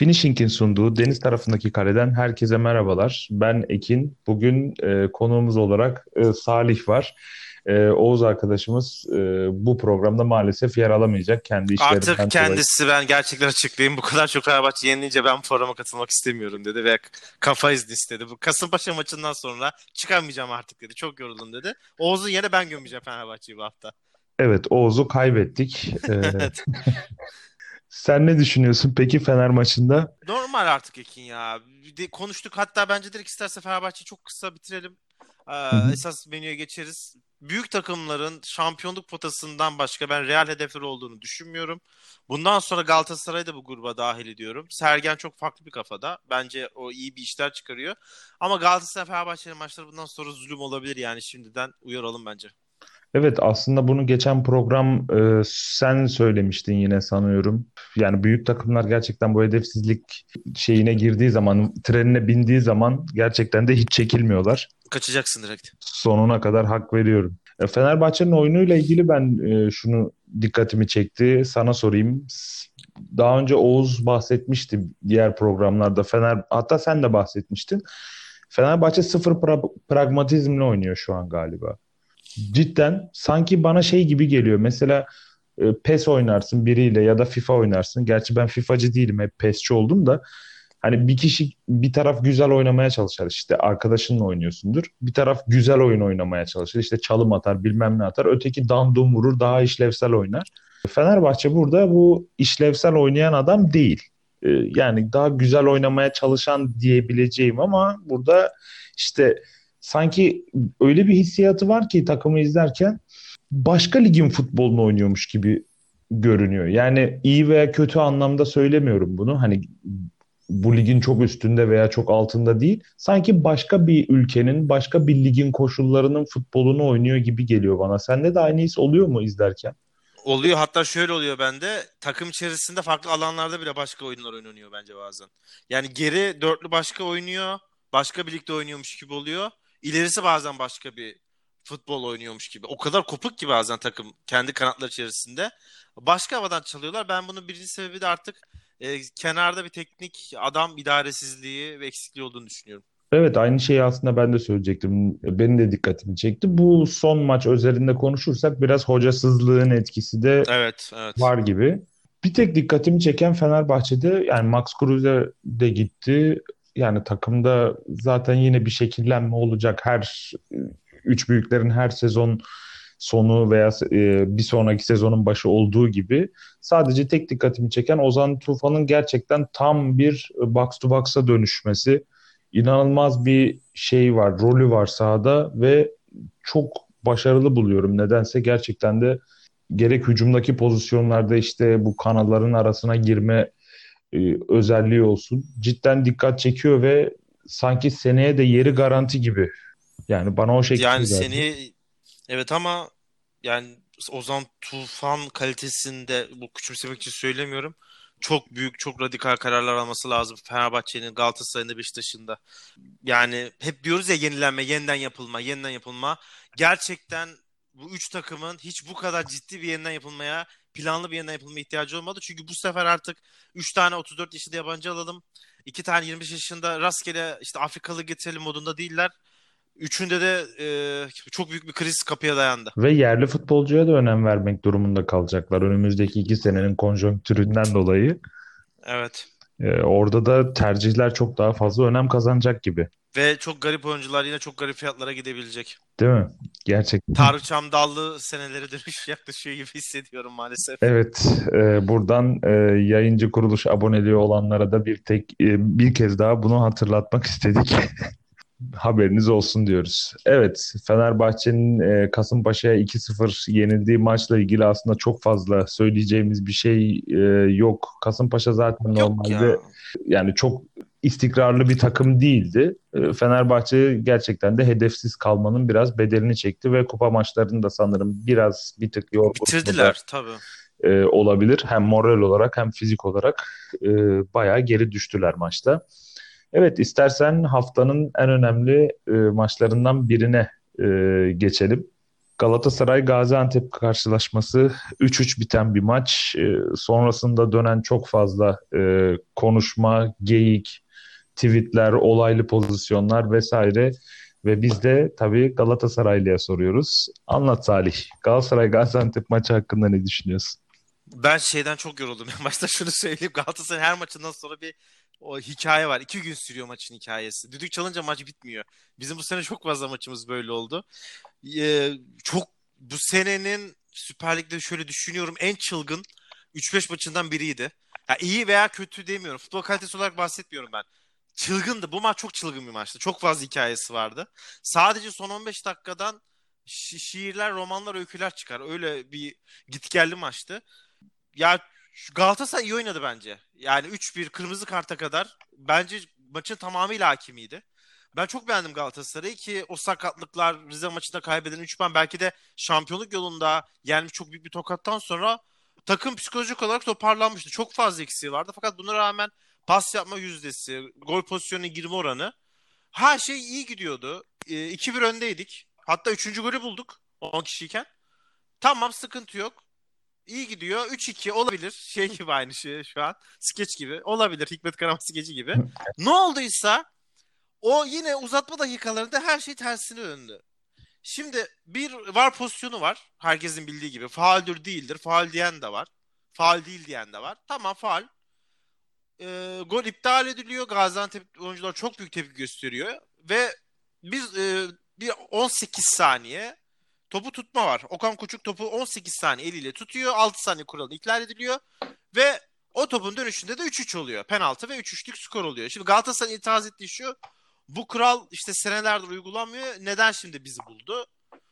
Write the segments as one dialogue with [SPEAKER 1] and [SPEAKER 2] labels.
[SPEAKER 1] Finishing'in sunduğu Deniz tarafındaki kaleden herkese merhabalar. Ben Ekin. Bugün konuğumuz olarak Salih var. Oğuz arkadaşımız bu programda maalesef yer alamayacak kendi
[SPEAKER 2] Artık
[SPEAKER 1] işlerinden dolayı.
[SPEAKER 2] kendisi ben gerçekten açıklayayım. Bu kadar çok Fenerbahçe yenilince ben bu programa katılmak istemiyorum dedi ve kafa izni istedi. Bu Kasımpaşa maçından sonra çıkamayacağım artık dedi. Çok yoruldum dedi. Oğuz'un yerine ben gömeceğim Fenerbahçe'yi bu hafta.
[SPEAKER 1] Evet, Oğuz'u kaybettik.
[SPEAKER 2] Evet.
[SPEAKER 1] Sen ne düşünüyorsun peki Fener maçında?
[SPEAKER 2] Normal artık Ekin ya. Bir de konuştuk, hatta bence direkt isterse Fenerbahçe'yi çok kısa bitirelim.
[SPEAKER 1] Hı hı.
[SPEAKER 2] Esas menüye geçeriz. Büyük takımların şampiyonluk potasından başka ben real hedefleri olduğunu düşünmüyorum. Bundan sonra Galatasaray'ı da bu gruba dahil ediyorum. Sergen çok farklı bir kafada. Bence o iyi bir işler çıkarıyor. Ama Galatasaray Fenerbahçe'nin maçları bundan sonra zulüm olabilir, yani şimdiden uyaralım bence.
[SPEAKER 1] Evet, aslında bunu geçen program sen söylemiştin yine sanıyorum. Yani büyük takımlar gerçekten bu hedefsizlik şeyine girdiği zaman, trenine bindiği zaman gerçekten de hiç çekilmiyorlar.
[SPEAKER 2] Kaçacaksın direkt.
[SPEAKER 1] Sonuna kadar hak veriyorum. Fenerbahçe'nin oyunuyla ilgili ben şunu dikkatimi çekti. Sana sorayım. Daha önce Oğuz bahsetmişti diğer programlarda. Hatta sen de bahsetmiştin. Fenerbahçe sıfır pragmatizmle oynuyor şu an galiba. Cidden sanki bana şey gibi geliyor. Mesela PES oynarsın biriyle ya da FIFA oynarsın. Gerçi ben FIFA'cı değilim, hep PES'çi oldum da. Hani bir kişi bir taraf güzel oynamaya çalışır, işte arkadaşınla oynuyorsundur. Bir taraf güzel oyun oynamaya çalışır, işte çalım atar bilmem ne atar. Öteki dandum vurur, daha işlevsel oynar. Fenerbahçe burada bu işlevsel oynayan adam değil. Yani daha güzel oynamaya çalışan diyebileceğim ama burada işte sanki öyle bir hissiyatı var ki takımı izlerken başka ligin futbolunu oynuyormuş gibi görünüyor. Yani iyi veya kötü anlamda söylemiyorum bunu. Hani bu ligin çok üstünde veya çok altında değil. Sanki başka bir ülkenin, başka bir ligin koşullarının futbolunu oynuyor gibi geliyor bana. Sende de aynı his oluyor mu izlerken?
[SPEAKER 2] Oluyor, hatta şöyle oluyor bende. Takım içerisinde farklı alanlarda bile başka oyunlar oynanıyor bence bazen. Yani geri dörtlü başka oynuyor. Başka bir ligde oynuyormuş gibi oluyor. İlerisi bazen başka bir futbol oynuyormuş gibi. O kadar kopuk ki bazen takım kendi kanatları içerisinde. Başka havadan çalıyorlar. Ben bunun birinci sebebi de artık kenarda bir teknik adam idaresizliği ve eksikliği olduğunu düşünüyorum.
[SPEAKER 1] Evet, aynı şeyi aslında ben de söyleyecektim. Benim de dikkatimi çekti. Bu son maç özelinde konuşursak biraz hocasızlığın etkisi de
[SPEAKER 2] Evet, evet.
[SPEAKER 1] var gibi. Bir tek dikkatimi çeken Fenerbahçe'de yani Max Kruse de gitti. Yani takımda zaten yine bir şekillenme olacak. Üç büyüklerin her sezon sonu veya bir sonraki sezonun başı olduğu gibi. Sadece tek dikkatimi çeken Ozan Tufan'ın gerçekten tam bir box to box'a dönüşmesi. İnanılmaz bir şey var, rolü var sahada ve çok başarılı buluyorum. Nedense gerçekten de gerek hücumdaki pozisyonlarda işte bu kanalların arasına girme özelliği olsun. Cidden dikkat çekiyor ve sanki seneye de yeri garanti gibi. Yani bana o
[SPEAKER 2] Yani
[SPEAKER 1] şekilde geldi.
[SPEAKER 2] seni, evet, ama yani Ozan Tufan kalitesinde, bu küçümsemek için söylemiyorum. Çok büyük, çok radikal kararlar alması lazım Fenerbahçe'nin, Galatasaray'ın da, Beşiktaş'ın da. Yani hep diyoruz ya, yenilenme, yeniden yapılma, yeniden yapılma. Gerçekten bu üç takımın hiç bu kadar ciddi bir yeniden yapılmaya, planlı bir yeniden yapılmaya ihtiyacı olmadı. Çünkü bu sefer artık 3 tane 34 yaşında yabancı alalım. 2 tane 25 yaşında rastgele işte Afrikalı getirelim modunda değiller. Üçünde de çok büyük bir kriz kapıya dayandı.
[SPEAKER 1] Ve yerli futbolcuya da önem vermek durumunda kalacaklar önümüzdeki 2 senenin konjonktüründen dolayı.
[SPEAKER 2] Evet.
[SPEAKER 1] Orada da tercihler çok daha fazla önem kazanacak gibi.
[SPEAKER 2] Ve çok garip oyuncular yine çok garip fiyatlara gidebilecek.
[SPEAKER 1] Değil mi? Gerçekten.
[SPEAKER 2] Tarık Çamdallı seneleri dönüş yaklaşıyor gibi hissediyorum maalesef.
[SPEAKER 1] Evet, buradan yayıncı kuruluş aboneliği olanlara da bir kez daha bunu hatırlatmak istedik. Haberiniz olsun diyoruz. Evet, Fenerbahçe'nin Kasımpaşa'ya 2-0 yenildiği maçla ilgili aslında çok fazla söyleyeceğimiz bir şey yok. Kasımpaşa zaten
[SPEAKER 2] Yok
[SPEAKER 1] normalde
[SPEAKER 2] ya.
[SPEAKER 1] yani çok istikrarlı bir takım değildi. Fenerbahçe gerçekten de hedefsiz kalmanın biraz bedelini çekti ve kupa maçlarını da sanırım bir tık yorgunluğu da
[SPEAKER 2] Bitirdiler tabii.
[SPEAKER 1] olabilir. Hem moral olarak hem fizik olarak e, bayağı geri düştüler maçta. Evet, istersen haftanın en önemli maçlarından birine geçelim. Galatasaray Gaziantep karşılaşması 3-3 biten bir maç. Sonrasında dönen çok fazla konuşma, geyik, tweetler, olaylı pozisyonlar vesaire. Ve biz de tabii Galatasaraylı'ya soruyoruz. Anlat Salih. Galatasaray Gaziantep maçı hakkında ne düşünüyorsun?
[SPEAKER 2] Ben şeyden çok yoruldum. En başta şunu söyleyeyim. Galatasaray'ın her maçından sonra bir o hikaye var. 2 gün sürüyor maçın hikayesi. Düdük çalınca maç bitmiyor. Bizim bu sene çok fazla maçımız böyle oldu. Çok bu senenin Süper Lig'de şöyle düşünüyorum en çılgın 3-5 maçından biriydi. Ya iyi veya kötü demiyorum. Futbol kalitesi olarak bahsetmiyorum ben. Çılgındı. Bu maç çok çılgın bir maçtı. Çok fazla hikayesi vardı. Sadece son 15 dakikadan şiirler, romanlar, öyküler çıkar. Öyle bir gitgelli maçtı. Ya Galatasaray iyi oynadı bence. Yani 3-1 kırmızı karta kadar bence maçın tamamıyla hakimiydi. Ben çok beğendim Galatasaray'ı ki o sakatlıklar Rize maçında kaybeden 3 puan belki de şampiyonluk yolunda gelmiş çok büyük bir tokattan sonra takım psikolojik olarak toparlanmıştı. Çok fazla eksiği vardı fakat buna rağmen pas yapma yüzdesi, gol pozisyonuna girme oranı her şey iyi gidiyordu. 2-1 öndeydik. Hatta üçüncü golü bulduk 10 kişiyken. Tamam sıkıntı yok. İyi gidiyor. 3-2 olabilir. Şey gibi aynı şey şu an. Skeç gibi. Olabilir. Hikmet Karaman skeci gibi. Ne olduysa o yine uzatma dakikalarında her şey tersine döndü. Şimdi bir var pozisyonu var. Herkesin bildiği gibi. Fauldür değildir. Faul diyen de var. Faul değil diyen de var. Tamam faul. Gol iptal ediliyor. Gaziantep oyuncular çok büyük tepki gösteriyor. Ve biz bir 18 saniye topu tutma var. Okan Koçuk topu 18 saniye eliyle tutuyor. 6 saniye kuralı ihlal ediliyor. Ve o topun dönüşünde de 3-3 oluyor. Penaltı ve 3-3'lük skor oluyor. Şimdi Galatasaray'ın itiraz ettiği şu. Bu kural işte senelerdir uygulanmıyor. Neden şimdi bizi buldu?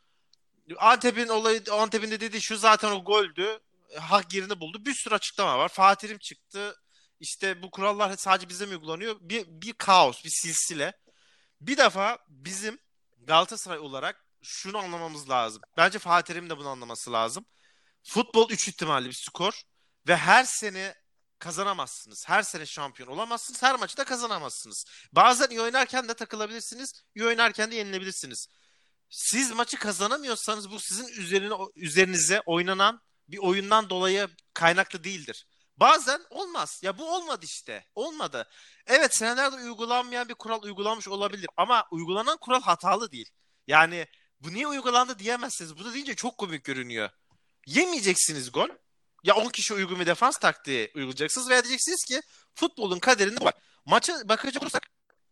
[SPEAKER 2] Antep'in de dediği şu zaten o goldü. Hak yerini buldu. Bir sürü açıklama var. Fatih Terim çıktı. İşte bu kurallar sadece bize mi uygulanıyor? Bir kaos, bir silsile. Bir defa bizim Galatasaray olarak şunu anlamamız lazım. Bence Fatih Terim de bunu anlaması lazım. Futbol 3 ihtimalli bir skor ve her sene kazanamazsınız. Her sene şampiyon olamazsınız. Her maçı da kazanamazsınız. Bazen iyi oynarken de takılabilirsiniz. İyi oynarken de yenilebilirsiniz. Siz maçı kazanamıyorsanız bu sizin üzerinize oynanan bir oyundan dolayı kaynaklı değildir. Bazen olmaz. Ya bu olmadı işte. Olmadı. Evet senelerde uygulanmayan bir kural uygulanmış olabilir ama uygulanan kural hatalı değil. Yani bu niye uygulandı diyemezsiniz. Bu da deyince çok komik görünüyor. Yemeyeceksiniz gol. Ya 10 kişi uygun bir defans taktiği uygulayacaksınız veya diyeceksiniz ki futbolun kaderinde bu var. Maça bakacak olursak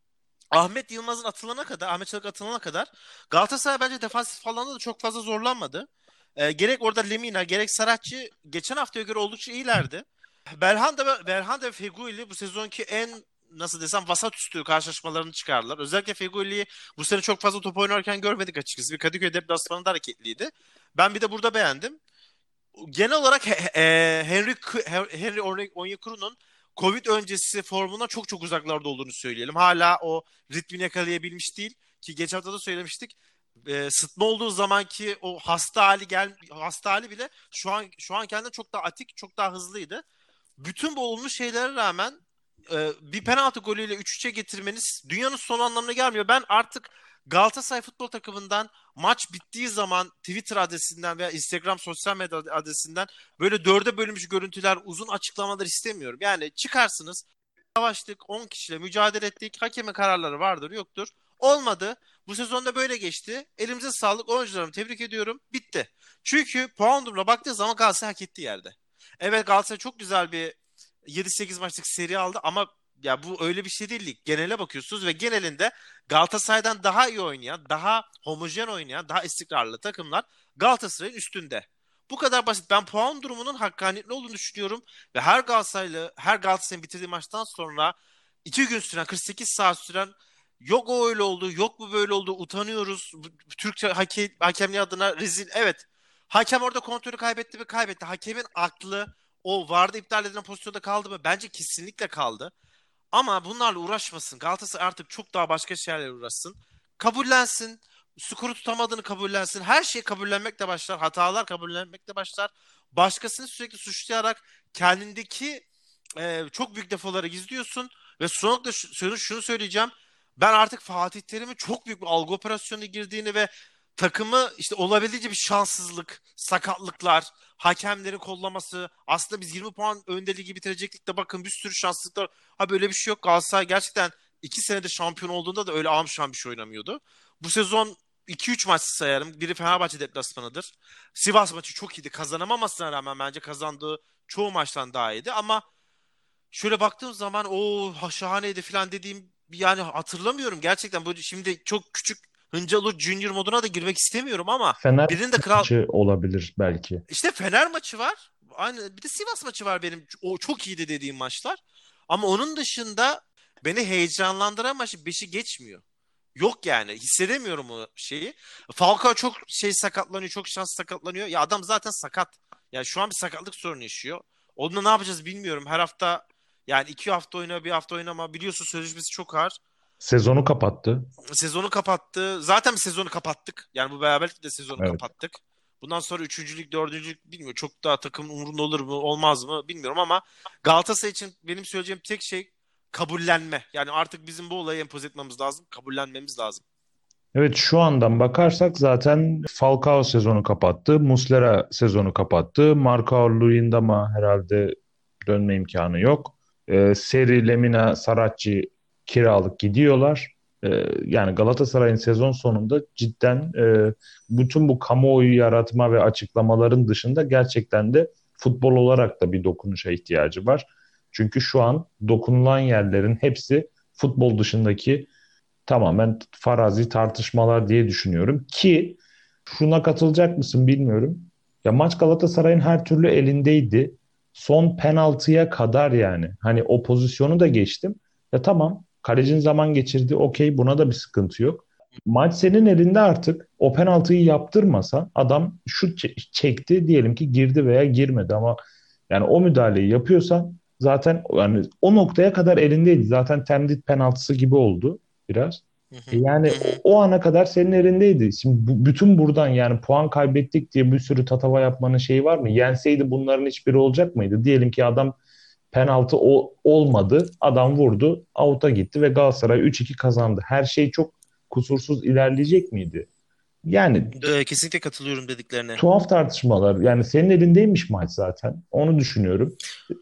[SPEAKER 2] Ahmet Çalık atılana kadar Galatasaray bence defansif falan da çok fazla zorlanmadı. Gerek orada Lemina gerek Saratçı geçen haftaya göre oldukça iyilerdi. Belhanda ve Feghouli bu sezonki en nasıl desem vasat üstü karşılaşmalarını çıkardılar. Özellikle Feghouli'yi bu sene çok fazla top oynarken görmedik açıkçası. Bir Kadıköy deplasmanında hareketliydi. Ben bir de burada beğendim. Genel olarak Henry Onyekuru'nun Covid öncesi formundan çok çok uzaklarda olduğunu söyleyelim. Hala o ritmini yakalayabilmiş değil ki geçen hafta da söylemiştik. Sıtma olduğu zamanki o hasta hali bile şu an kendinden çok daha atik, çok daha hızlıydı. Bütün bu olumlu şeylere rağmen bir penaltı golüyle 3-3'e getirmeniz dünyanın sonu anlamına gelmiyor. Ben artık Galatasaray futbol takımından maç bittiği zaman Twitter adresinden veya Instagram sosyal medya adresinden böyle dörde bölünmüş görüntüler, uzun açıklamalar istemiyorum. Yani çıkarsınız, savaştık, 10 kişiyle mücadele ettik, hakemin kararları vardır yoktur. Olmadı. Bu sezonda böyle geçti. Elimize sağlık. Oyuncularımı tebrik ediyorum. Bitti. Çünkü puan durumuna baktığı zaman Galatasaray hak ettiği yerde. Evet Galatasaray çok güzel bir 7-8 maçlık seri aldı ama ya bu öyle bir şey değil. Genele bakıyorsunuz ve genelinde Galatasaray'dan daha iyi oynayan, daha homojen oynayan, daha istikrarlı takımlar Galatasaray'ın üstünde. Bu kadar basit. Ben puan durumunun hakkaniyetli olduğunu düşünüyorum ve her Galatasaray'ın bitirdiği maçtan sonra 2 gün süren, 48 saat süren yok o öyle oldu, yok bu böyle oldu, utanıyoruz. Türk hakemliği adına rezil. Evet. Hakem orada kontrolü kaybetti mi? Kaybetti. Hakemin aklı o VAR'da iptal edilen pozisyonda kaldı mı? Bence kesinlikle kaldı. Ama bunlarla uğraşmasın. Galatasaray artık çok daha başka şeylerle uğraşsın. Kabullensin. Skoru tutamadığını kabullensin. Her şeyi kabullenmekle başlar. Hatalar kabullenmekle başlar. Başkasını sürekli suçlayarak kendindeki çok büyük defoları gizliyorsun. Ve son olarak da şunu söyleyeceğim. Ben artık Fatih Terim'in çok büyük bir algı operasyonuna girdiğini ve takımı işte olabildiğince bir şanssızlık, sakatlıklar, hakemlerin kollaması. Aslında biz 20 puan önde ligi bitirecektik de bakın bir sürü şanssızlıklar. Ha böyle bir şey yok. Galatasaray gerçekten 2 senede şampiyon olduğunda da öyle ağam bir şey oynamıyordu. Bu sezon 2-3 maç sayarım. Biri Fenerbahçe deplasmanıdır. Sivas maçı çok iyiydi. Kazanamamasına rağmen bence kazandığı çoğu maçtan daha iyiydi. Ama şöyle baktığım zaman o şahaneydi falan dediğim yani hatırlamıyorum gerçekten. Böyle şimdi çok küçük Hıncalı Junior moduna da girmek istemiyorum ama
[SPEAKER 1] Fener
[SPEAKER 2] birinin de kral
[SPEAKER 1] maçı olabilir belki.
[SPEAKER 2] işte Fener maçı var. Aynı bir de Sivas maçı var benim. O çok iyiydi dediğim maçlar. Ama onun dışında beni heyecanlandıran maçı beşi geçmiyor. Yok yani hissedemiyorum o şeyi. Falcao çok şey sakatlanıyor, çok şans sakatlanıyor. Ya adam zaten sakat. Yani şu an bir sakatlık sorunu yaşıyor. Onunla ne yapacağız bilmiyorum. Her hafta yani 2 hafta oyna, bir hafta oynama. Biliyorsun sözleşmesi çok ağır.
[SPEAKER 1] Sezonu kapattı.
[SPEAKER 2] Sezonu kapattı. Zaten bir sezonu kapattık. Yani bu beraberlikle de sezonu
[SPEAKER 1] Evet.
[SPEAKER 2] kapattık. Bundan sonra üçüncülük, dördüncülük bilmiyorum. Çok daha takımın umurunda olur mu, olmaz mı bilmiyorum ama Galatasaray için benim söyleyeceğim tek şey kabullenme. Yani artık bizim bu olayı empoze etmemiz lazım. Kabullenmemiz lazım.
[SPEAKER 1] Evet, şu andan bakarsak zaten Falcao sezonu kapattı. Muslera sezonu kapattı. Marco Luyendama herhalde dönme imkanı yok. Seri, Lemina, Saracchi kiralık gidiyorlar. Yani Galatasaray'ın sezon sonunda cidden bütün bu kamuoyu yaratma ve açıklamaların dışında gerçekten de futbol olarak da bir dokunuşa ihtiyacı var. Çünkü şu an dokunulan yerlerin hepsi futbol dışındaki tamamen farazi tartışmalar diye düşünüyorum ki şuna katılacak mısın bilmiyorum. Ya maç Galatasaray'ın her türlü elindeydi. Son penaltıya kadar yani. Hani o pozisyonu da geçtim. Ya tamam, kalecin zaman geçirdi. Okey, buna da bir sıkıntı yok. Maç senin elinde artık. O penaltıyı yaptırmasa adam şut çekti diyelim ki girdi veya girmedi ama yani o müdahaleyi yapıyorsan zaten yani o noktaya kadar elindeydi. Zaten temdit penaltısı gibi oldu biraz.
[SPEAKER 2] Hı hı.
[SPEAKER 1] Yani
[SPEAKER 2] Hı hı.
[SPEAKER 1] o ana kadar senin elindeydi. Şimdi bütün buradan yani puan kaybettik diye bir sürü tatava yapmanın şeyi var mı? Yenseydi bunların hiçbiri olacak mıydı? Diyelim ki adam penaltı olmadı. Adam vurdu, out'a gitti ve Galatasaray 3-2 kazandı. Her şey çok kusursuz ilerleyecek miydi? Yani
[SPEAKER 2] Kesinlikle katılıyorum dediklerine.
[SPEAKER 1] tuhaf tartışmalar. Yani senin elindeymiş maç zaten. Onu düşünüyorum.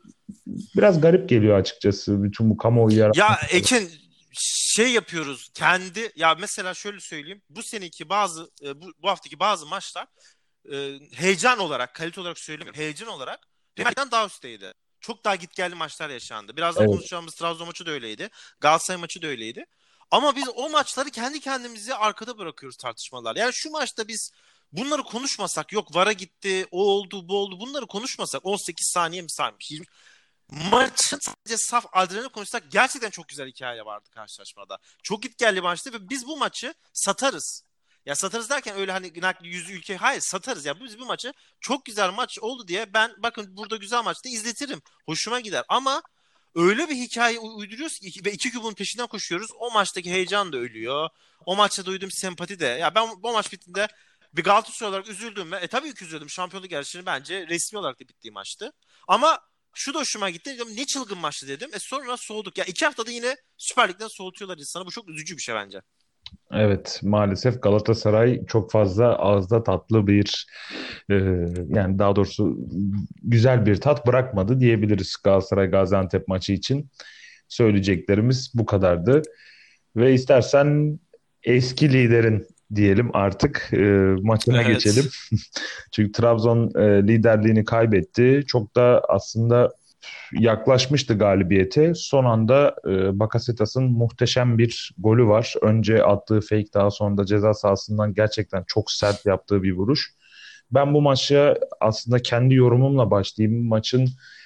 [SPEAKER 1] Biraz garip geliyor açıkçası bütün bu kamuoyu yaratma.
[SPEAKER 2] Ya Ekin şey yapıyoruz kendi ya mesela şöyle söyleyeyim bu seneki bazı bu haftaki bazı maçlar heyecan olarak kalite olarak söylemiyorum heyecan olarak Premier daha üstteydi. Çok daha gitgelli maçlar yaşandı. Birazdan
[SPEAKER 1] Evet.
[SPEAKER 2] konuşacağımız Trabzon maçı da öyleydi. Galatasaray maçı da öyleydi. Ama biz o maçları kendi kendimize arkada bırakıyoruz tartışmalar. Yani şu maçta biz bunları konuşmasak yok VAR'a gitti, o oldu, bu oldu. Bunları konuşmasak 18 saniye mi saymış? Maçın sadece saf adrenalin konuşsak gerçekten çok güzel hikaye vardı karşılaşmada. Çok gitgelli maçtı ve biz bu maçı satarız. Ya satarız derken öyle hani yüz ülke hayır satarız ya biz bu maçı çok güzel maç oldu diye ben bakın burada güzel maçta izletirim. Hoşuma gider ama öyle bir hikaye uyduruyoruz ki ve iki kübün peşinden koşuyoruz. O maçtaki heyecan da ölüyor. O maçta duyduğum sempati de. Ya ben bu maç bittiğinde bir Galatasaray olarak üzüldüm mü? Tabii ki üzüldüm. Şampiyonluk yarışını bence resmi olarak da bittiği maçtı. Ama şu da hoşuma gitti. Dedim, ne çılgın maçtı dedim. Sonra soğuduk. Ya 2 haftada yine Süper Lig'den soğutuyorlar insanı. Bu çok üzücü bir şey bence.
[SPEAKER 1] Evet, maalesef Galatasaray çok fazla ağızda tatlı bir e, yani daha doğrusu güzel bir tat bırakmadı diyebiliriz Galatasaray Gaziantep maçı için. Söyleyeceklerimiz bu kadardı. Ve istersen eski liderin diyelim artık maçına geçelim.
[SPEAKER 2] Evet.
[SPEAKER 1] Çünkü Trabzon liderliğini kaybetti. Çok da aslında yaklaşmıştı galibiyete. Son anda Bakasetas'ın muhteşem bir golü var. Önce attığı fake, daha sonra da ceza sahasından gerçekten çok sert yaptığı bir vuruş. Ben bu maça aslında kendi yorumumla başlayayım. Maçın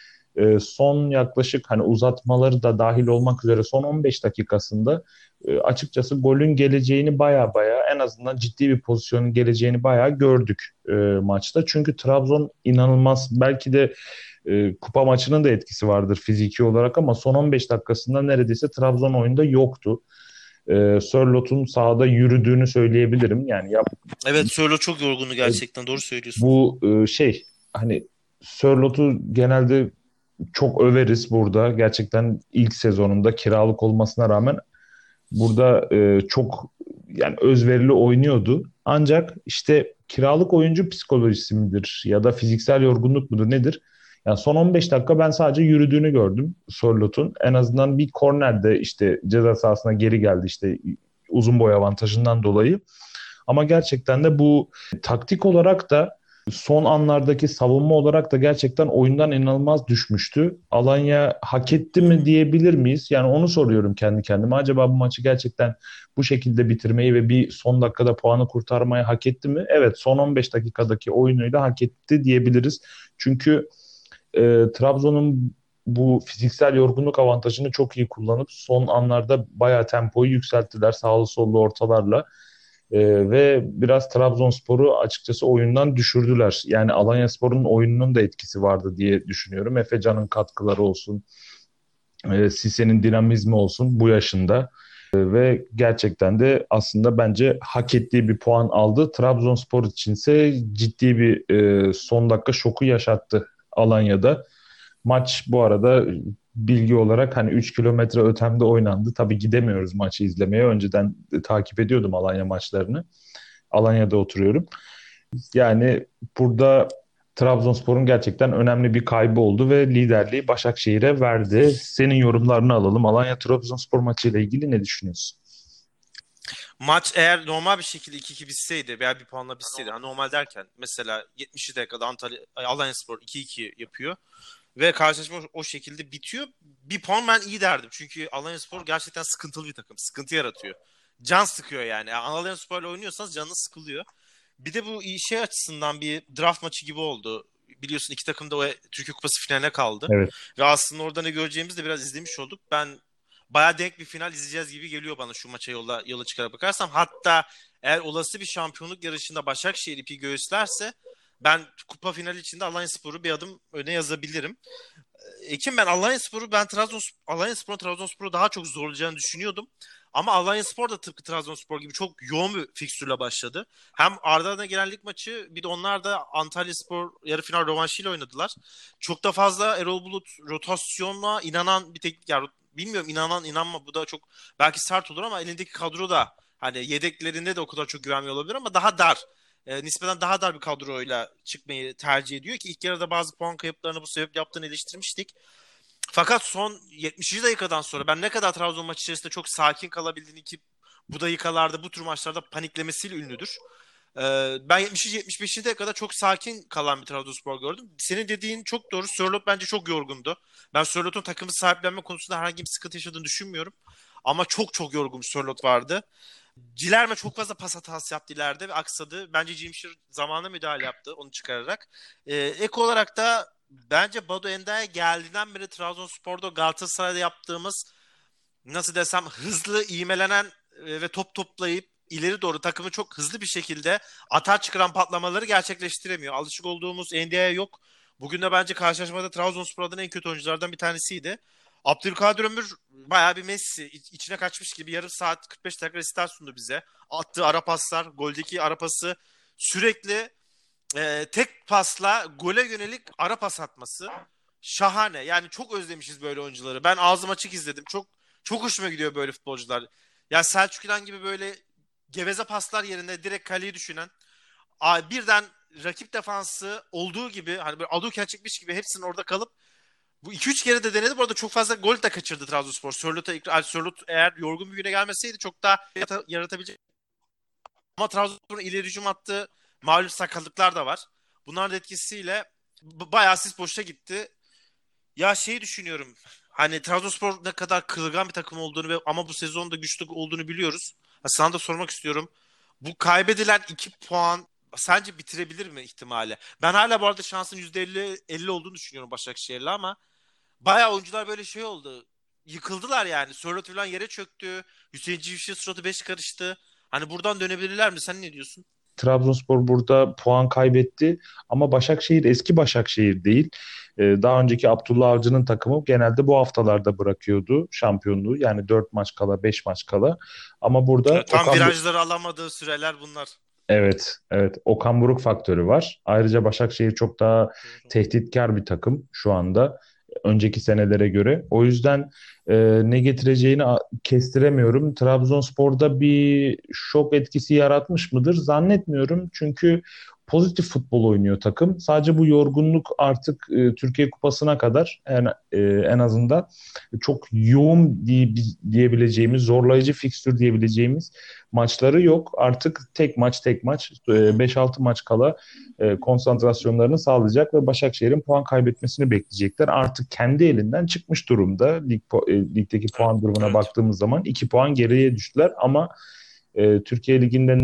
[SPEAKER 1] son yaklaşık hani uzatmaları da dahil olmak üzere son 15 dakikasında açıkçası golün geleceğini baya en azından ciddi bir pozisyonun geleceğini baya gördük maçta. Çünkü Trabzon inanılmaz, belki de kupa maçının da etkisi vardır fiziki olarak ama son 15 dakikasında neredeyse Trabzon oyunda yoktu. Sörlot'un sahada yürüdüğünü söyleyebilirim. Yani
[SPEAKER 2] Evet Sörloth çok yorgundu
[SPEAKER 1] e,
[SPEAKER 2] gerçekten. Doğru söylüyorsun.
[SPEAKER 1] bu hani Sörlot'u genelde çok överiz burada. Gerçekten ilk sezonunda kiralık olmasına rağmen burada çok yani özverili oynuyordu. Ancak işte kiralık oyuncu psikolojisi midir ya da fiziksel yorgunluk mudur nedir? Yani son 15 dakika ben sadece yürüdüğünü gördüm Sörlot'un. En azından bir kornerde işte ceza sahasına geri geldi işte uzun boy avantajından dolayı. Ama gerçekten de bu taktik olarak da son anlardaki savunma olarak da gerçekten oyundan inanılmaz düşmüştü. Alanya hak etti mi diyebilir miyiz? Yani onu soruyorum kendi kendime. Acaba bu maçı gerçekten bu şekilde bitirmeyi ve bir son dakikada puanı kurtarmayı hak etti mi? Evet, son 15 dakikadaki oyunuyla hak etti diyebiliriz. Çünkü Trabzon'un bu fiziksel yorgunluk avantajını çok iyi kullanıp son anlarda bayağı tempoyu yükselttiler sağlı sollu ortalarla. Ve biraz Trabzonspor'u açıkçası oyundan düşürdüler. Yani Alanyaspor'un oyununun da etkisi vardı diye düşünüyorum. Efecan'ın katkıları olsun, Sise'nin dinamizmi olsun bu yaşında. Ve gerçekten de aslında bence hak ettiği bir puan aldı. Trabzonspor içinse ciddi bir son dakika şoku yaşattı Alanya'da. Maç bu arada bilgi olarak hani 3 kilometre ötemde oynandı. Tabii gidemiyoruz maçı izlemeye. Önceden takip ediyordum Alanya maçlarını. Alanya'da oturuyorum. Yani burada Trabzonspor'un gerçekten önemli bir kaybı oldu ve liderliği Başakşehir'e verdi. Senin yorumlarını alalım. Alanya-Trabzonspor maçıyla ilgili ne düşünüyorsun?
[SPEAKER 2] Maç eğer normal bir şekilde 2-2 bitseydi veya bir puanla bitseydi. Yani normal derken mesela 70. dakikada Alanyaspor 2-2 yapıyor. Ve karşılaşma o şekilde bitiyor. Bir puan ben iyi derdim. Çünkü Alanyaspor gerçekten sıkıntılı bir takım. Sıkıntı yaratıyor. Can sıkıyor yani. Alanyaspor'la oynuyorsanız canınız sıkılıyor. Bir de bu şey açısından bir draft maçı gibi oldu. Biliyorsun iki takım da o Türkiye Kupası finaline kaldı.
[SPEAKER 1] Evet.
[SPEAKER 2] Ve aslında orada ne göreceğimizi de biraz izlemiş olduk. Ben bayağı denk bir final izleyeceğiz gibi geliyor bana şu maça yola çıkarak bakarsam. Hatta eğer olası bir şampiyonluk yarışında Başakşehir ipi göğüslerse ben kupa finali içinde Alanyaspor'u bir adım öne yazabilirim. Ekim ben Alanyaspor'un Trabzonspor'u daha çok zorlayacağını düşünüyordum. Ama Alanyaspor da tıpkı Trabzonspor gibi çok yoğun bir fikstürle başladı. Hem arda arda gelen lig maçı bir de onlar da Antalyaspor yarı final rövanşıyla oynadılar. Çok da fazla Erol Bulut rotasyonla inanan bir teknik, yani bilmiyorum inanan inanma bu da çok belki sert olur ama elindeki kadro da hani yedeklerinde de o kadar çok güvenmiyor olabilir ama daha dar. Nispeten daha dar bir kadroyla çıkmayı tercih ediyor ki ilk yarıda bazı puan kayıplarını bu sebeple yaptığını eleştirmiştik. Fakat son 70. dakikadan sonra ben ne kadar Trabzon maçı içerisinde çok sakin kalabildiğini ki bu dakikalarda bu tür maçlarda paniklemesiyle ünlüdür. Ben 70. 75. dakikada çok sakin kalan bir Trabzonspor gördüm. Senin dediğin çok doğru. Sörloth bence çok yorgundu. Ben Sörloth'un takımı sahiplenme konusunda herhangi bir sıkıntı yaşadığını düşünmüyorum. Ama çok çok yorgun bir Sörloth vardı. Cilerme çok fazla pas hatası yaptı ileride ve aksadı. Bence Cimşir zamanında müdahale yaptı onu çıkararak. Ek olarak da bence Badu Endia'ya geldiğinden beri Trabzonspor'da Galatasaray'da yaptığımız nasıl desem hızlı ivmelenen ve top toplayıp ileri doğru takımı çok hızlı bir şekilde atağa çıkaran patlamaları gerçekleştiremiyor. Alışık olduğumuz Endia'ya yok. Bugün de bence karşılaşmada Trabzonspor adına en kötü oyunculardan bir tanesiydi. Abdülkadir Ömür bayağı bir Messi içine kaçmış gibi yarım saat 45 dakika resital sundu bize. Attığı ara paslar, goldeki ara pası sürekli tek pasla gole yönelik ara pas atması şahane. Yani çok özlemişiz böyle oyuncuları. Ben ağzım açık izledim. Çok çok hoşuma gidiyor böyle futbolcular. Ya Selçuk İnan gibi böyle geveze paslar yerine direkt kaleyi düşünen birden rakip defansı olduğu gibi hani böyle Aduken çıkmış gibi hepsinin orada kalıp bu 2-3 kere de denedi. Bu arada çok fazla gol de kaçırdı Trabzonspor. Sörloth eğer yorgun bir güne gelmeseydi çok daha yaratabilecek. Ama Trabzonspor'un ileri hücum attığı mağlup sakatlıklar da var. Bunların da etkisiyle bayağı asist boşa gitti. Ya şeyi düşünüyorum. Hani Trabzonspor ne kadar kırılgan bir takım olduğunu ama bu sezonda güçlü olduğunu biliyoruz. Sana da sormak istiyorum. Bu kaybedilen 2 puan sence bitirebilir mi ihtimali? Ben hala bu arada şansın %50 olduğunu düşünüyorum Başakşehir'le ama bayağı oyuncular böyle şey oldu. Yıkıldılar yani. Sörloth falan yere çöktü. Hüseyin Civşir'in suratı 5 karıştı. Hani buradan dönebilirler mi? Sen ne diyorsun?
[SPEAKER 1] Trabzonspor burada puan kaybetti ama Başakşehir eski Başakşehir değil. Daha önceki Abdullah Avcı'nın takımı genelde bu haftalarda bırakıyordu şampiyonluğu. Yani 4 maç kala, 5 maç kala. Ama burada
[SPEAKER 2] Tam virajları alamadığı süreler bunlar.
[SPEAKER 1] Evet, evet. Okan Buruk faktörü var. Ayrıca Başakşehir çok daha
[SPEAKER 2] Doğru.
[SPEAKER 1] tehditkar bir takım şu anda. önceki senelere göre. O yüzden ne getireceğini kestiremiyorum. Trabzonspor'da bir şok etkisi yaratmış mıdır? Zannetmiyorum. Çünkü pozitif futbol oynuyor takım. Sadece bu yorgunluk artık Türkiye Kupası'na kadar en azından çok yoğun diyebileceğimiz, zorlayıcı fikstür diyebileceğimiz maçları yok. Artık tek maç tek maç
[SPEAKER 2] Hı hı.
[SPEAKER 1] 5-6 maç kala konsantrasyonlarını sağlayacak ve Başakşehir'in puan kaybetmesini bekleyecekler. Artık kendi elinden çıkmış durumda. Ligdeki
[SPEAKER 2] Evet.
[SPEAKER 1] puan durumuna
[SPEAKER 2] Evet.
[SPEAKER 1] baktığımız zaman 2 puan geriye düştüler ama Türkiye Ligi'nde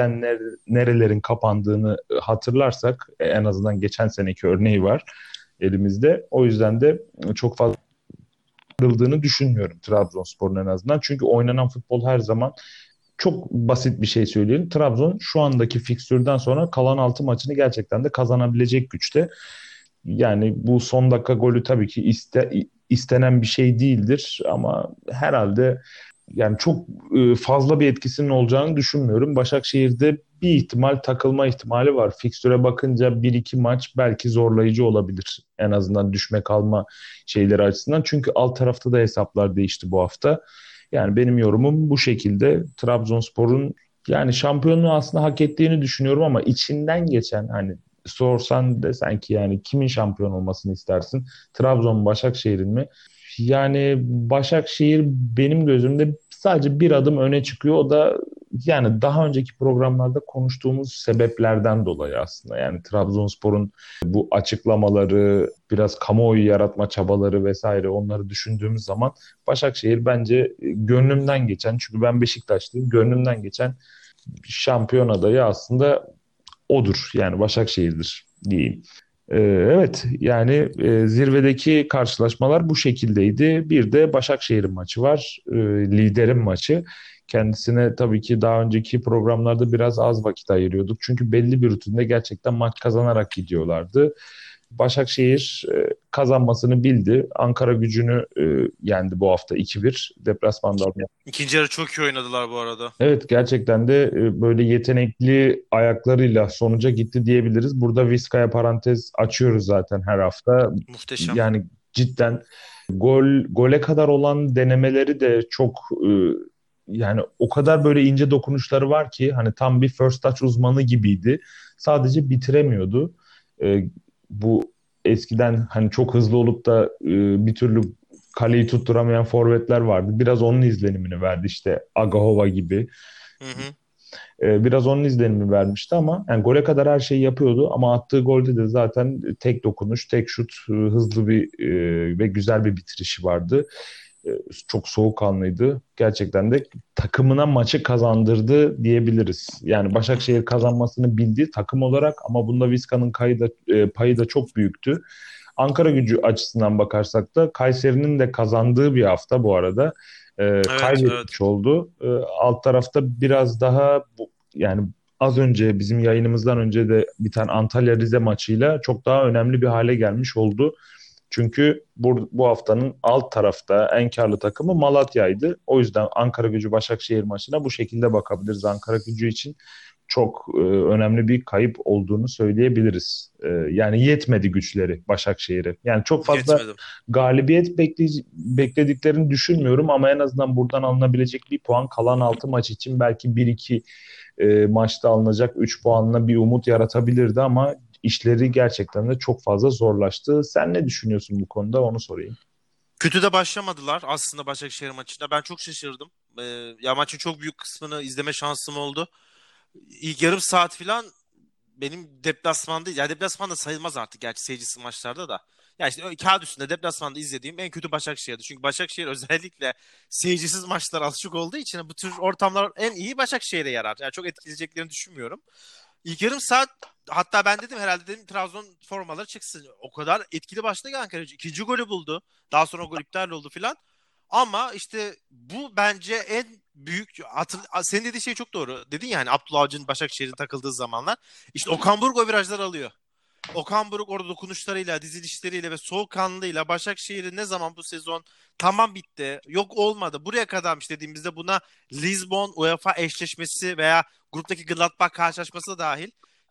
[SPEAKER 1] nerelerin kapandığını hatırlarsak en azından geçen seneki örneği var elimizde. O yüzden de çok fazla kırıldığını düşünmüyorum Trabzonspor'un en azından. Çünkü oynanan futbol her zaman çok basit bir şey söyleyelim. Trabzon şu andaki fikstürden sonra kalan 6 maçını gerçekten de kazanabilecek güçte. Yani bu son dakika golü tabii ki istenen bir şey değildir ama herhalde yani çok fazla bir etkisinin olacağını düşünmüyorum. Başakşehir'de bir ihtimal takılma ihtimali var. Fikstüre bakınca bir iki maç belki zorlayıcı olabilir. En azından düşme kalma şeyleri açısından. Çünkü alt tarafta da hesaplar değişti bu hafta. Yani benim yorumum bu şekilde. Trabzonspor'un yani şampiyonluğu aslında hak ettiğini düşünüyorum ama içinden geçen hani sorsan desen ki yani kimin şampiyon olmasını istersin? Trabzon mu Başakşehir'in mi? Yani Başakşehir benim gözümde sadece bir adım öne çıkıyor. O da yani daha önceki programlarda konuştuğumuz sebeplerden dolayı aslında. Yani Trabzonspor'un bu açıklamaları, biraz kamuoyu yaratma çabaları vesaire onları düşündüğümüz zaman Başakşehir bence gönlümden geçen, çünkü ben Beşiktaşlıyım, gönlümden geçen şampiyon adayı aslında odur. Yani Başakşehir'dir diyeyim. Evet yani zirvedeki karşılaşmalar bu şekildeydi. Bir de Başakşehir'in maçı var. Liderin maçı. Kendisine tabii ki daha önceki programlarda biraz az vakit ayırıyorduk. Çünkü belli bir rutinde gerçekten maç kazanarak gidiyorlardı. Başakşehir kazanmasını bildi. Ankara Gücü'nü yendi bu hafta 2-1 deplasmanda.
[SPEAKER 2] İkinci yarı çok iyi oynadılar bu arada.
[SPEAKER 1] Evet gerçekten de böyle yetenekli ayaklarıyla sonuca gitti diyebiliriz. Burada Vizca'ya parantez açıyoruz zaten her hafta.
[SPEAKER 2] Muhteşem.
[SPEAKER 1] Yani cidden gole kadar olan denemeleri de çok yani o kadar böyle ince dokunuşları var ki hani tam bir first touch uzmanı gibiydi. Sadece bitiremiyordu. Bu eskiden hani çok hızlı olup da bir türlü kaleyi tutturamayan forvetler vardı. Biraz onun izlenimini verdi işte Agahova gibi.
[SPEAKER 2] Hı hı.
[SPEAKER 1] Biraz onun izlenimini vermişti ama yani gole kadar her şeyi yapıyordu ama attığı golde de zaten tek dokunuş, tek şut, hızlı bir ve güzel bir bitirişi vardı. Çok soğukkanlıydı. Gerçekten de takımına maçı kazandırdı diyebiliriz. Yani
[SPEAKER 2] Hı hı.
[SPEAKER 1] Başakşehir kazanmasını bildi takım olarak ama bunda Vizca'nın payı da çok büyüktü. Ankara Gücü açısından bakarsak da Kayseri'nin de kazandığı bir hafta bu arada
[SPEAKER 2] Evet, evet.
[SPEAKER 1] kaybetmiş oldu. Alt tarafta biraz daha yani az önce bizim yayınımızdan önce de biten Antalya Rize maçıyla çok daha önemli bir hale gelmiş oldu. Çünkü bu haftanın alt tarafta en karlı takımı Malatya'ydı. O yüzden Ankara Gücü Başakşehir maçına bu şekilde bakabiliriz. Ankara Gücü için çok önemli bir kayıp olduğunu söyleyebiliriz. Yani yetmedi güçleri Başakşehir'e. Yani çok fazla
[SPEAKER 2] Yetmedim.
[SPEAKER 1] galibiyet beklediklerini düşünmüyorum ama en azından buradan alınabilecek bir puan kalan 6 maç için belki bir iki maçta alınacak 3 puanla bir umut yaratabilirdi ama işleri gerçekten de çok fazla zorlaştı. Sen ne düşünüyorsun bu konuda onu sorayım.
[SPEAKER 2] Kötü de başlamadılar aslında Başakşehir maçında. Ben çok şaşırdım. Ya maçın çok büyük kısmını izleme şansım oldu. İlk yarım saat falan benim deplasmanda, ya deplasmanda sayılmaz artık gerçi seyircisiz maçlarda da. Ya işte kağıt üstünde deplasmanda izlediğim en kötü Başakşehir'di. Çünkü Başakşehir özellikle seyircisiz maçlara alışık olduğu için bu tür ortamlar en iyi Başakşehir'e yarar. Yani çok etkileyeceklerini düşünmüyorum. İlk yarım saat, hatta ben dedim herhalde dedim Trabzon formaları çıksın. O kadar etkili başladı ki Ankara Gücü. İkinci golü buldu. Daha sonra o gol iptal oldu filan. Ama işte bu bence en büyük senin dediğin şey çok doğru. Dedin ya hani Abdullah Avcı'nın Başakşehir'in takıldığı zamanlar. İşte Okan Buruk o virajlar alıyor. Okan Buruk orada dokunuşlarıyla, dizilişleriyle ve soğukkanlılığıyla Başakşehir'i ne zaman bu sezon tamam bitti, yok olmadı, buraya kadarmış dediğimizde buna Lisbon UEFA eşleşmesi veya gruptaki Gladbach karşılaşması da dahil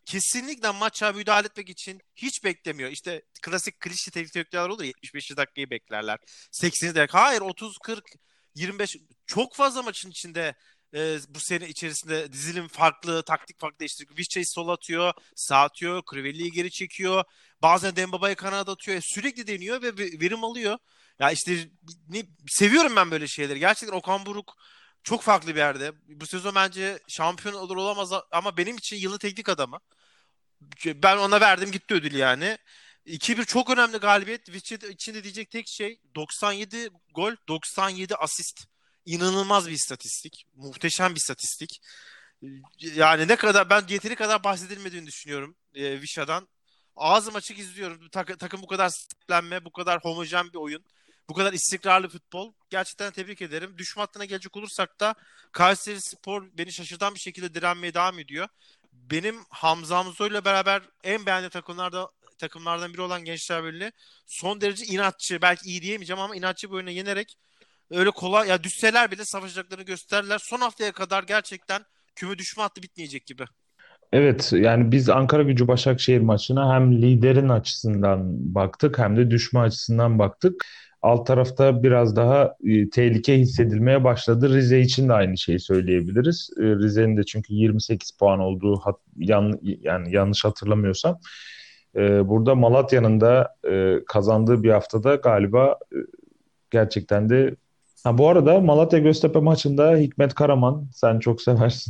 [SPEAKER 2] kesinlikle maça müdahale etmek için hiç beklemiyor. İşte klasik klişe teknik direktörler olur ya, 75. dakikayı beklerler. 80. dakika. Hayır, 30, 40, 25 çok fazla maçın içinde bu sene içerisinde dizilim farklı, taktik farklı değiştiriyor. Vişça'yı sol atıyor, sağ atıyor, Crivelli'yi geri çekiyor. Bazen Dembaba'yı kanada atıyor. Sürekli deniyor ve verim alıyor. Ya işte seviyorum ben böyle şeyleri. Gerçekten Okan Buruk çok farklı bir yerde. Bu sezon bence şampiyon olur olamaz ama benim için yılın teknik adamı. Ben ona verdim gitti ödül yani. 2-1 çok önemli galibiyet. Vichy içinde diyecek tek şey 97 gol, 97 asist. İnanılmaz bir istatistik. Muhteşem bir istatistik. Yani ne kadar ben yeteri kadar bahsedilmediğini düşünüyorum Vişa'dan. Ağzım açık izliyorum. Takım bu kadar sahiplenme, bu kadar homojen bir oyun, bu kadar istikrarlı futbol. Gerçekten tebrik ederim. Düşme hattına gelecek olursak da Kayserispor beni şaşırtan bir şekilde direnmeye devam ediyor. Benim Hamza Hamzo'yla ile beraber en beğendiğim takımlardan biri olan Gençler Birliği son derece inatçı, belki iyi diyemeyeceğim ama inatçı bir oyuna yenerek öyle kolay ya, düşseler bile savaşacaklarını gösterdiler. Son haftaya kadar gerçekten küme düşme hattı bitmeyecek gibi.
[SPEAKER 1] Evet, yani biz Ankaragücü Başakşehir maçına hem liderin açısından baktık hem de düşme açısından baktık. Alt tarafta biraz daha tehlike hissedilmeye başladı. Rize için de aynı şeyi söyleyebiliriz. Rize'nin de çünkü 28 puan olduğu yani yanlış hatırlamıyorsam. Burada Malatya'nın da kazandığı bir haftada galiba gerçekten de. Ha, bu arada Malatya Göztepe maçında Hikmet Karaman, sen çok seversin.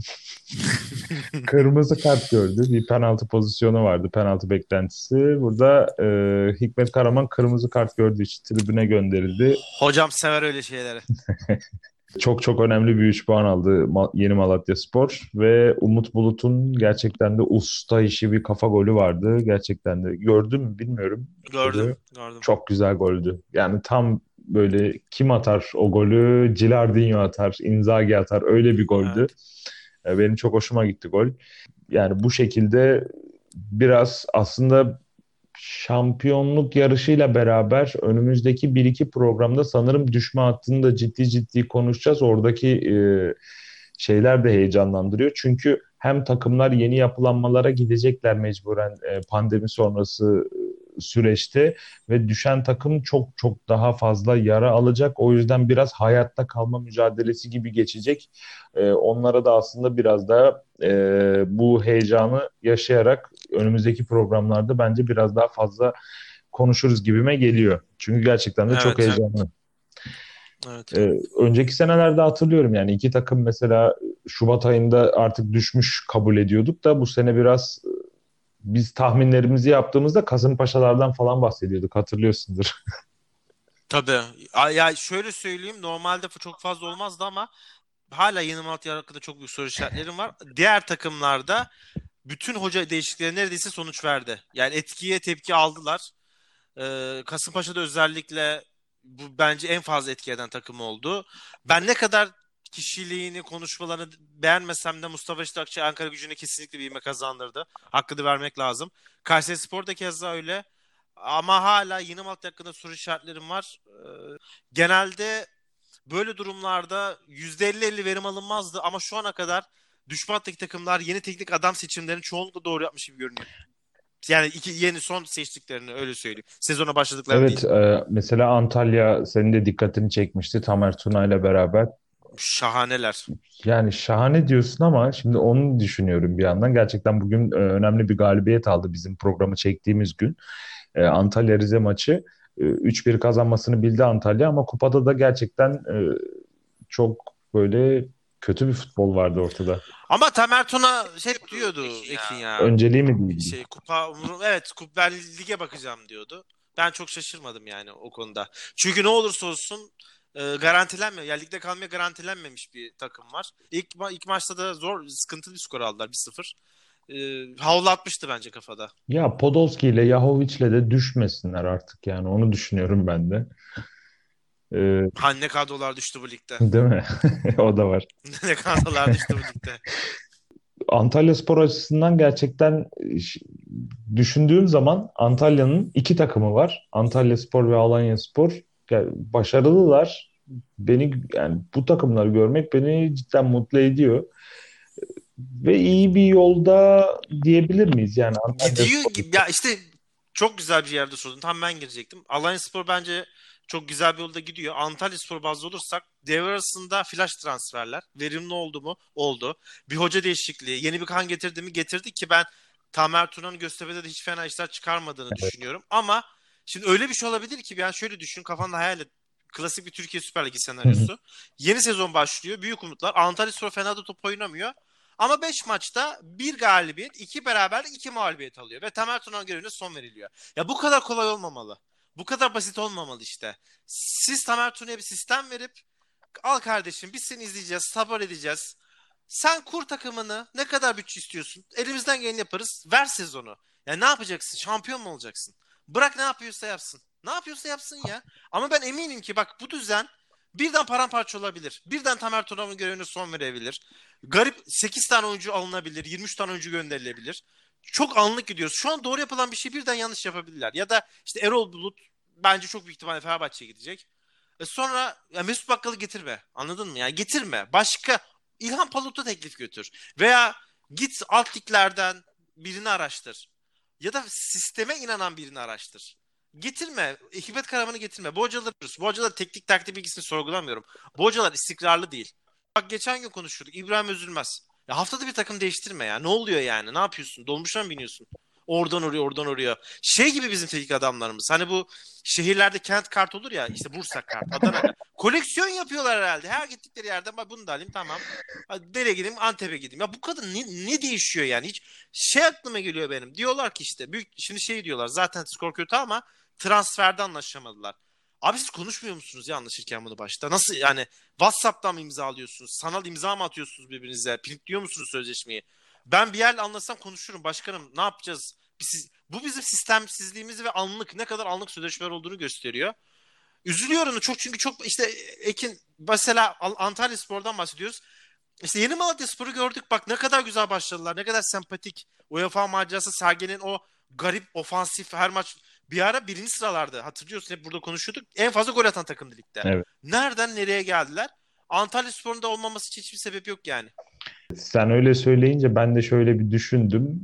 [SPEAKER 1] Kırmızı kart gördü. Bir penaltı pozisyonu vardı. Penaltı beklentisi. Burada Hikmet Karaman kırmızı kart gördüğü için tribüne gönderildi.
[SPEAKER 2] Hocam sever öyle şeyleri.
[SPEAKER 1] Çok çok önemli bir 3 puan aldı Yeni Malatyaspor ve Umut Bulut'un gerçekten de usta işi bir kafa golü vardı. Gerçekten de gördüm mü bilmiyorum.
[SPEAKER 2] Gördüm,
[SPEAKER 1] Golü.
[SPEAKER 2] gördüm.
[SPEAKER 1] Çok güzel goldü. Yani tam böyle kim atar o golü? Cilardinho atar, Inzaghi atar. Öyle bir goldü.
[SPEAKER 2] Evet.
[SPEAKER 1] Benim çok hoşuma gitti gol. Yani bu şekilde biraz aslında şampiyonluk yarışıyla beraber önümüzdeki bir iki programda sanırım düşme hattını da ciddi ciddi konuşacağız. Oradaki şeyler de heyecanlandırıyor. Çünkü hem takımlar yeni yapılanmalara gidecekler mecburen pandemi sonrası süreçte ve düşen takım çok çok daha fazla yara alacak. O yüzden biraz hayatta kalma mücadelesi gibi geçecek. Onlara da aslında biraz daha bu heyecanı yaşayarak önümüzdeki programlarda bence biraz daha fazla konuşuruz gibime geliyor. Çünkü gerçekten de çok
[SPEAKER 2] Evet, evet.
[SPEAKER 1] heyecanlı.
[SPEAKER 2] Evet.
[SPEAKER 1] Önceki senelerde hatırlıyorum yani iki takım mesela Şubat ayında artık düşmüş kabul ediyorduk da bu sene biraz biz tahminlerimizi yaptığımızda Kasımpaşalardan falan bahsediyorduk, hatırlıyorsundur.
[SPEAKER 2] Tabii. Ya şöyle söyleyeyim, normalde çok fazla olmazdı ama hala Yeni Malatya hakkında çok büyük soru işaretlerim var. Diğer takımlarda bütün hoca değişiklikleri neredeyse sonuç verdi. Yani etkiye tepki aldılar. Kasımpaşa'da özellikle bu bence en fazla etki eden takım oldu. Ben ne kadar kişiliğini, konuşmalarını beğenmesem de Mustafa İştakçı Ankara Gücü'ne kesinlikle bir ivme kazandırdı. Hakkını vermek lazım. Kayserispor da keza öyle. Ama hala Yeni Malatya hakkında soru işaretlerim var. Genelde böyle durumlarda %50-50 verim alınmazdı ama şu ana kadar düşman hattaki takımlar yeni teknik adam seçimlerini çoğunlukla doğru yapmış gibi görünüyor. Yani yeni son seçtiklerini öyle söyleyeyim. Sezona başladıklarını
[SPEAKER 1] Evet,
[SPEAKER 2] değil.
[SPEAKER 1] mesela Antalya senin de dikkatini çekmişti Tamer Tuna ile beraber.
[SPEAKER 2] Şahaneler.
[SPEAKER 1] Yani şahane diyorsun ama şimdi onu düşünüyorum bir yandan. Gerçekten bugün önemli bir galibiyet aldı bizim programı çektiğimiz gün. Antalya Rize maçı 3-1 kazanmasını bildi Antalya ama kupada da gerçekten çok böyle kötü bir futbol vardı ortada.
[SPEAKER 2] Ama Tamer Tuna hep diyordu Ekin ya.
[SPEAKER 1] Önceliği mi diyeyim?
[SPEAKER 2] Evet, ben lige bakacağım diyordu. Ben çok şaşırmadım yani o konuda. Çünkü ne olursa olsun garantilenmiyor. Yani ligde kalmaya garantilenmemiş bir takım var. İlk maçta da sıkıntılı bir skor aldılar 1-0. Havlu atmıştı bence kafada.
[SPEAKER 1] Ya Podolski ile Yahovic'le de düşmesinler artık yani onu düşünüyorum ben de. E,
[SPEAKER 2] Ne kadrolar düştü bu ligde.
[SPEAKER 1] Değil mi? O da var.
[SPEAKER 2] Ne kadrolar düştü bu ligde.
[SPEAKER 1] Antalyaspor açısından gerçekten düşündüğüm zaman Antalya'nın iki takımı var. Antalyaspor ve Alanyaspor. Yani başarılılar. Yani bu takımları görmek beni cidden mutlu ediyor. ve iyi bir yolda diyebilir miyiz? Yani
[SPEAKER 2] Gidiyor
[SPEAKER 1] Antalyaspor.
[SPEAKER 2] gibi ya işte, çok güzel bir yerde sordun. Tam ben girecektim. Alanyaspor bence çok güzel bir yolda gidiyor. Antalyaspor bazlı olursak devre arasında flash transferler verimli oldu mu? Oldu. Bir hoca değişikliği, yeni bir kan getirdi mi? Getirdi ki ben Tamer Tuna'nın Göztepe'de de hiç fena işler çıkarmadığını düşünüyorum. Ama şimdi öyle bir şey olabilir ki, yani şöyle düşün, kafanda hayal et. Klasik bir Türkiye Süper Ligi senaryosu. Yeni sezon başlıyor. Büyük umutlar. Antalyaspor fena da top oynamıyor. Ama 5 maçta bir galibiyet, 2 beraberlik, 2 mağlubiyet alıyor. Ve Tamer Tunan görevine son veriliyor. Ya bu kadar kolay olmamalı. Bu kadar basit olmamalı işte. Siz Tamer Tuna'ya bir sistem verip, al kardeşim biz seni izleyeceğiz, sabır edeceğiz. Sen kur takımını, ne kadar bütçe istiyorsun? Elimizden geleni yaparız. Ver sezonu. Ya ne yapacaksın? Şampiyon mu olacaksın? Bırak ne yapıyorsa yapsın. Ne yapıyorsa yapsın ya. Ama ben eminim ki bak, bu düzen birden paramparça olabilir. Birden Tamer Turan'ın görevine son verebilir. Garip 8 tane oyuncu alınabilir. 23 tane oyuncu gönderilebilir. Çok anlık gidiyoruz. Şu an doğru yapılan bir şey birden yanlış yapabilirler. Ya da işte Erol Bulut bence çok büyük ihtimalle Fenerbahçe'ye gidecek. Sonra ya Mesut Bakkal'ı getirme. Anladın mı? Yani getirme. Başka İlhan Palut'a teklif götür. Veya git alt liglerden birini araştır. Ya da sisteme inanan birini araştır. Getirme. Hikmet Karaman'ı getirme. Bu hocalar teknik taktik bilgisini sorgulamıyorum. Bu hocalar istikrarlı değil. Bak geçen gün konuşuyorduk. İbrahim Özülmez. Ya haftada bir takım değiştirme ya. Ne oluyor yani? Ne yapıyorsun? Dolmuşa mı biniyorsun? Oradan oraya, oradan oraya. Şey gibi bizim teknik adamlarımız. Hani bu şehirlerde kent kart olur ya, işte Bursa kart, Adana kart. Koleksiyon yapıyorlar herhalde. Her gittikleri yerden bak bunu da alayım, tamam. Hadi nereye gideyim? Antep'e gideyim. Ya bu kadın ne değişiyor yani? Hiç şey aklıma geliyor benim. Diyorlar ki işte büyük, şimdi şey diyorlar. Zaten skor kötü ama transferde anlaşamadılar. Abi siz konuşmuyor musunuz ya anlaşırken bunu başta? Nasıl yani, WhatsApp'tan mı imza alıyorsunuz? Sanal imza mı atıyorsunuz birbirinize? Printliyor musunuz sözleşmeyi? Ben bir yerle anlasam konuşurum. Başkanım ne yapacağız? Bu bizim sistemsizliğimizi ve anlık, ne kadar anlık sözleşmeler olduğunu gösteriyor. Üzülüyorum çok, çünkü çok işte Ekin mesela Antalyaspor'dan bahsediyoruz. İşte yeni Malatyaspor'u gördük, bak ne kadar güzel başladılar. Ne kadar sempatik. UEFA macerası sergilenen o garip ofansif her maç, bir ara birinci sıralarda, hatırlıyorsun, hep burada konuşuyorduk. En fazla gol atan takımdı ligde.
[SPEAKER 1] Evet.
[SPEAKER 2] Nereden nereye geldiler? Antalyaspor'un da olmaması için hiçbir sebep yok yani.
[SPEAKER 1] Sen öyle söyleyince ben de şöyle bir düşündüm.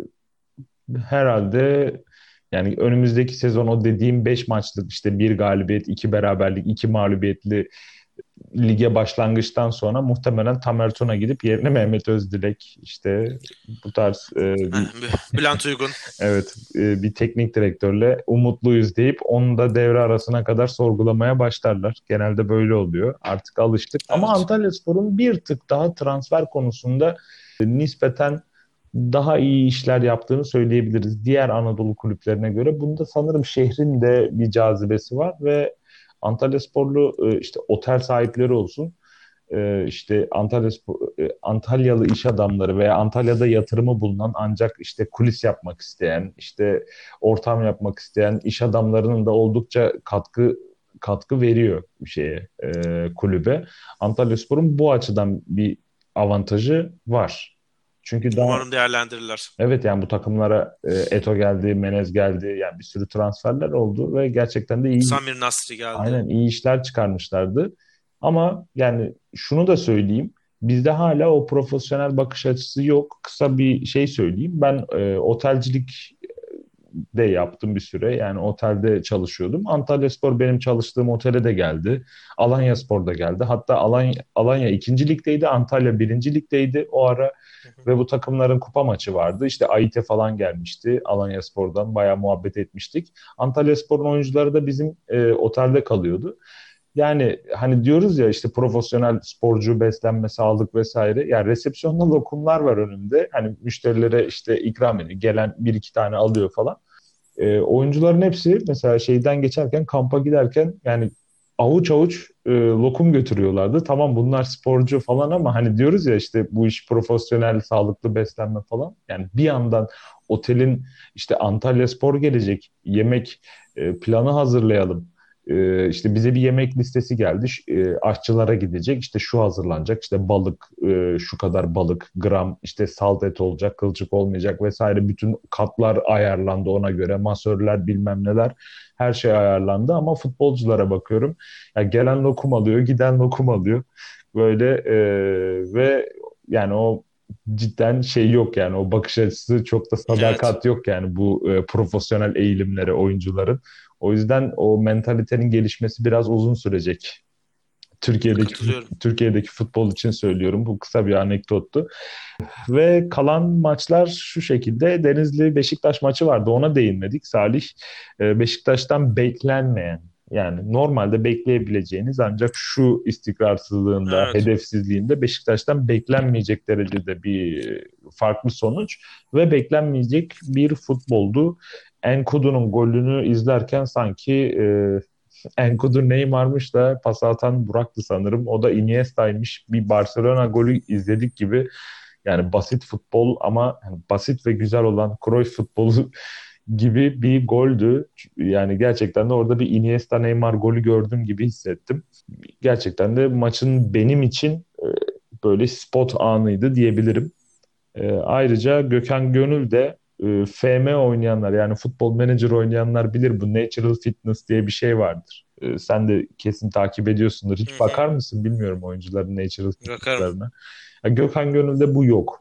[SPEAKER 1] Herhalde yani önümüzdeki sezon o dediğim 5 maçlık işte bir galibiyet, iki beraberlik, iki mağlubiyetli lige başlangıçtan sonra muhtemelen Tamer Tuna gidip yerine Mehmet Özdilek işte bu tarz bir
[SPEAKER 2] Bülent Uygun.
[SPEAKER 1] evet bir teknik direktörle umutluyuz deyip onu da devre arasına kadar sorgulamaya başlarlar. Genelde böyle oluyor. Artık alıştık. Ama
[SPEAKER 2] Evet.
[SPEAKER 1] Antalyaspor'un bir tık daha transfer konusunda nispeten daha iyi işler yaptığını söyleyebiliriz diğer Anadolu kulüplerine göre. Bunda sanırım şehrin de bir cazibesi var ve Antalyasporlu işte otel sahipleri olsun, işte Antalyalı iş adamları veya Antalya'da yatırımı bulunan ancak işte kulis yapmak isteyen, işte ortam yapmak isteyen iş adamlarının da oldukça katkı veriyor bir kulübe. Antalyaspor'un bu açıdan bir avantajı var. Çünkü daha
[SPEAKER 2] Umarım değerlendirirler.
[SPEAKER 1] evet yani bu takımlara Eto geldi, Menez geldi yani bir sürü transferler oldu ve gerçekten de iyi
[SPEAKER 2] Samir Nasri geldi.
[SPEAKER 1] aynen iyi işler çıkarmışlardı. Ama yani şunu da söyleyeyim. Bizde hala o profesyonel bakış açısı yok. Kısa bir şey söyleyeyim. Ben otelcilik de yaptım bir süre. Yani otelde çalışıyordum. Antalyaspor benim çalıştığım otele de geldi. Alanyaspor da geldi. Hatta Alanya 2. ligdeydi. Antalya 1. ligdeydi o ara.
[SPEAKER 2] Hı hı.
[SPEAKER 1] Ve bu takımların kupa maçı vardı. İşte AİT'e falan gelmişti. Alanyaspor'dan bayağı muhabbet etmiştik. Antalyaspor'un oyuncuları da bizim otelde kalıyordu. Yani hani diyoruz ya işte profesyonel sporcu, beslenme, sağlık vesaire. Yani resepsiyonda lokumlar var önünde. Hani müşterilere işte ikram ediyor. Gelen bir iki tane alıyor falan. Oyuncuların hepsi mesela şeyden geçerken kampa giderken yani avuç avuç lokum götürüyorlardı. Tamam bunlar sporcu falan ama hani diyoruz ya işte bu iş profesyonel, sağlıklı beslenme falan. Yani bir yandan otelin işte Antalya Spor gelecek yemek planı hazırlayalım. İşte bize bir yemek listesi geldi. Aşçılara gidecek. İşte şu hazırlanacak. İşte balık, şu kadar balık, gram, işte salt et olacak, kılçık olmayacak vesaire. Bütün katlar ayarlandı ona göre. Masörler bilmem neler. Her şey ayarlandı ama futbolculara bakıyorum. Ya gelen lokum alıyor, giden lokum alıyor. Böyle ve yani o cidden şey yok yani, o bakış açısı çok da
[SPEAKER 2] Evet.
[SPEAKER 1] sadakat yok yani bu profesyonel eğilimlere oyuncuların. O yüzden o mentalitenin gelişmesi biraz uzun sürecek.
[SPEAKER 2] Katılıyorum.
[SPEAKER 1] Türkiye'deki futbol için söylüyorum. Bu kısa bir anekdottu. Ve kalan maçlar şu şekilde: Denizli Beşiktaş maçı vardı. Ona değinmedik. Salih, Beşiktaş'tan beklenmeyen, yani normalde bekleyebileceğiniz ancak şu istikrarsızlığında,
[SPEAKER 2] Evet.
[SPEAKER 1] hedefsizliğinde Beşiktaş'tan beklenmeyecek derecede bir farklı sonuç ve beklenmeyecek bir futboldu. Enkudu'nun golünü izlerken sanki Enkudu Neymar'mış da pas atan Burak'tı sanırım. O da Iniesta'ymış. Bir Barcelona golü izledik gibi. Yani basit futbol ama hani basit ve güzel olan Cruyff futbolu gibi bir goldü. Yani gerçekten de orada bir Iniesta Neymar golü gördüm gibi hissettim. Gerçekten de maçın benim için böyle spot anıydı diyebilirim. Ayrıca Gökhan Gönül de FM oynayanlar, yani futbol manager oynayanlar bilir, bu natural fitness diye bir şey vardır. Sen de kesin takip ediyorsundur.
[SPEAKER 2] Hı
[SPEAKER 1] Hiç bakar
[SPEAKER 2] hı.
[SPEAKER 1] mısın bilmiyorum oyuncuların natural
[SPEAKER 2] Bakarım.
[SPEAKER 1] fitness'larına. Ya Gökhan Gönül'de bu yok.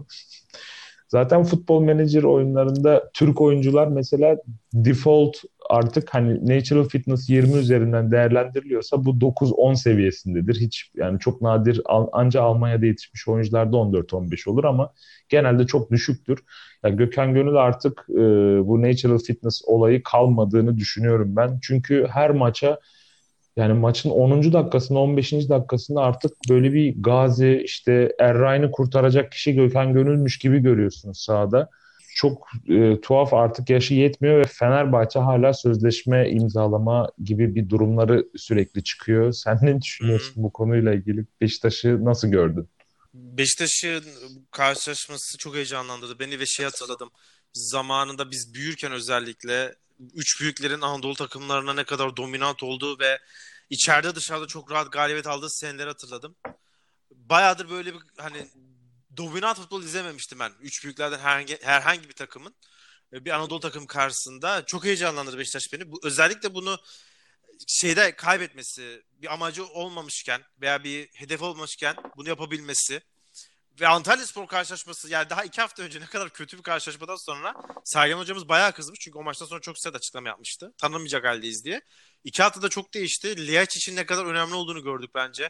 [SPEAKER 1] Zaten futbol menajer oyunlarında Türk oyuncular mesela default artık hani natural fitness 20 üzerinden değerlendiriliyorsa bu 9-10 seviyesindedir. Hiç yani çok nadir, anca Almanya'da yetişmiş oyuncularda 14-15 olur ama genelde çok düşüktür. Ya Gökhan Gönül artık bu natural fitness olayı kalmadığını düşünüyorum ben. Çünkü her maça, yani maçın 10. dakikasında, 15. dakikasında artık böyle bir Gazi, işte Erray'ını kurtaracak kişi Gökhan Gönülmüş gibi görüyorsunuz sahada. Çok tuhaf, artık yaşı yetmiyor ve Fenerbahçe hala sözleşme imzalama gibi bir durumları sürekli çıkıyor. Sen ne
[SPEAKER 2] Hı hı.
[SPEAKER 1] düşünüyorsun bu konuyla ilgili? Beşiktaş'ı nasıl gördün?
[SPEAKER 2] Beşiktaş'ın karşılaşması çok heyecanlandırdı. Beni ve şey hatırladım. Zamanında biz büyürken özellikle üç büyüklerin Anadolu takımlarına ne kadar dominant olduğu ve içeride dışarıda çok rahat galibiyet aldığı seneleri hatırladım. Bayağıdır böyle bir hani dominant futbol izlememiştim ben. Üç büyüklerden herhangi bir takımın bir Anadolu takım karşısında çok heyecanlandırdı Beşiktaş beni. Özellikle bunu şeyde kaybetmesi, bir amacı olmamışken veya bir hedef olmamışken bunu yapabilmesi ve Antalyaspor karşılaşması, yani daha 2 hafta önce ne kadar kötü bir karşılaşmadan sonra Sergen hocamız bayağı kızmış. Çünkü o maçtan sonra çok sert açıklama yapmıştı. Tanınmayacak haldeyiz diye. 2 haftada çok değişti. Liyaç için ne kadar önemli olduğunu gördük bence.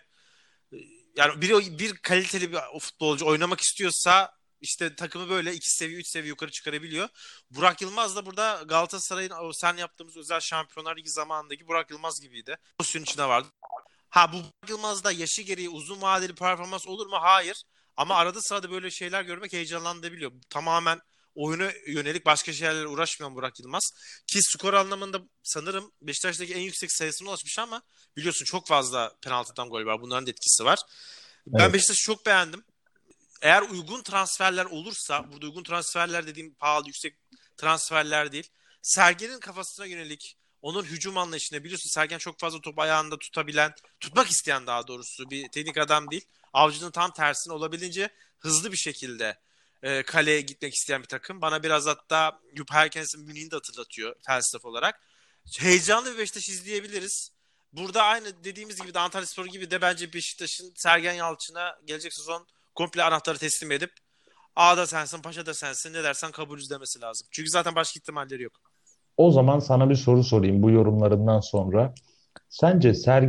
[SPEAKER 2] Yani bir kaliteli bir o futbolcu oynamak istiyorsa işte takımı böyle 2 seviye 3 seviye yukarı çıkarabiliyor. Burak Yılmaz da burada Galatasaray'ın o sen yaptığımız özel Şampiyonlar Ligi zamanındaki Burak Yılmaz gibiydi. Pozisyonun içinde vardı. Ha, bu Burak Yılmaz'da yaşı gereği uzun vadeli performans olur mu? Hayır. Ama arada sırada böyle şeyler görmek heyecanlandırabiliyor. Tamamen oyuna yönelik başka şeylerle uğraşmayan Burak Yılmaz. Ki skor anlamında sanırım Beşiktaş'taki en yüksek sayısına ulaşmış ama biliyorsun çok fazla penaltıdan gol var. Bunların da etkisi var. Ben
[SPEAKER 1] Evet.
[SPEAKER 2] Beşiktaş'ı çok beğendim. Eğer uygun transferler olursa, burada uygun transferler dediğim pahalı, yüksek transferler değil. Sergen'in kafasına yönelik, onun hücum anlayışına, biliyorsun Sergen çok fazla top ayağında tutabilen, tutmak isteyen daha doğrusu bir teknik adam değil. Avcı'nın tam tersine olabildiğince hızlı bir şekilde kaleye gitmek isteyen bir takım. Bana biraz hatta Jupp Heynckes'in Münih'ini de hatırlatıyor felsefe olarak. Heyecanlı bir Beşiktaş izleyebiliriz. Burada aynı dediğimiz gibi de Antalyaspor gibi de bence Beşiktaş'ın Sergen Yalçın'a gelecek sezon komple anahtarı teslim edip A da sensin, Paşa da sensin, ne dersen kabul demesi lazım. Çünkü zaten başka ihtimalleri yok.
[SPEAKER 1] O zaman sana bir soru sorayım bu yorumlarından sonra. Sence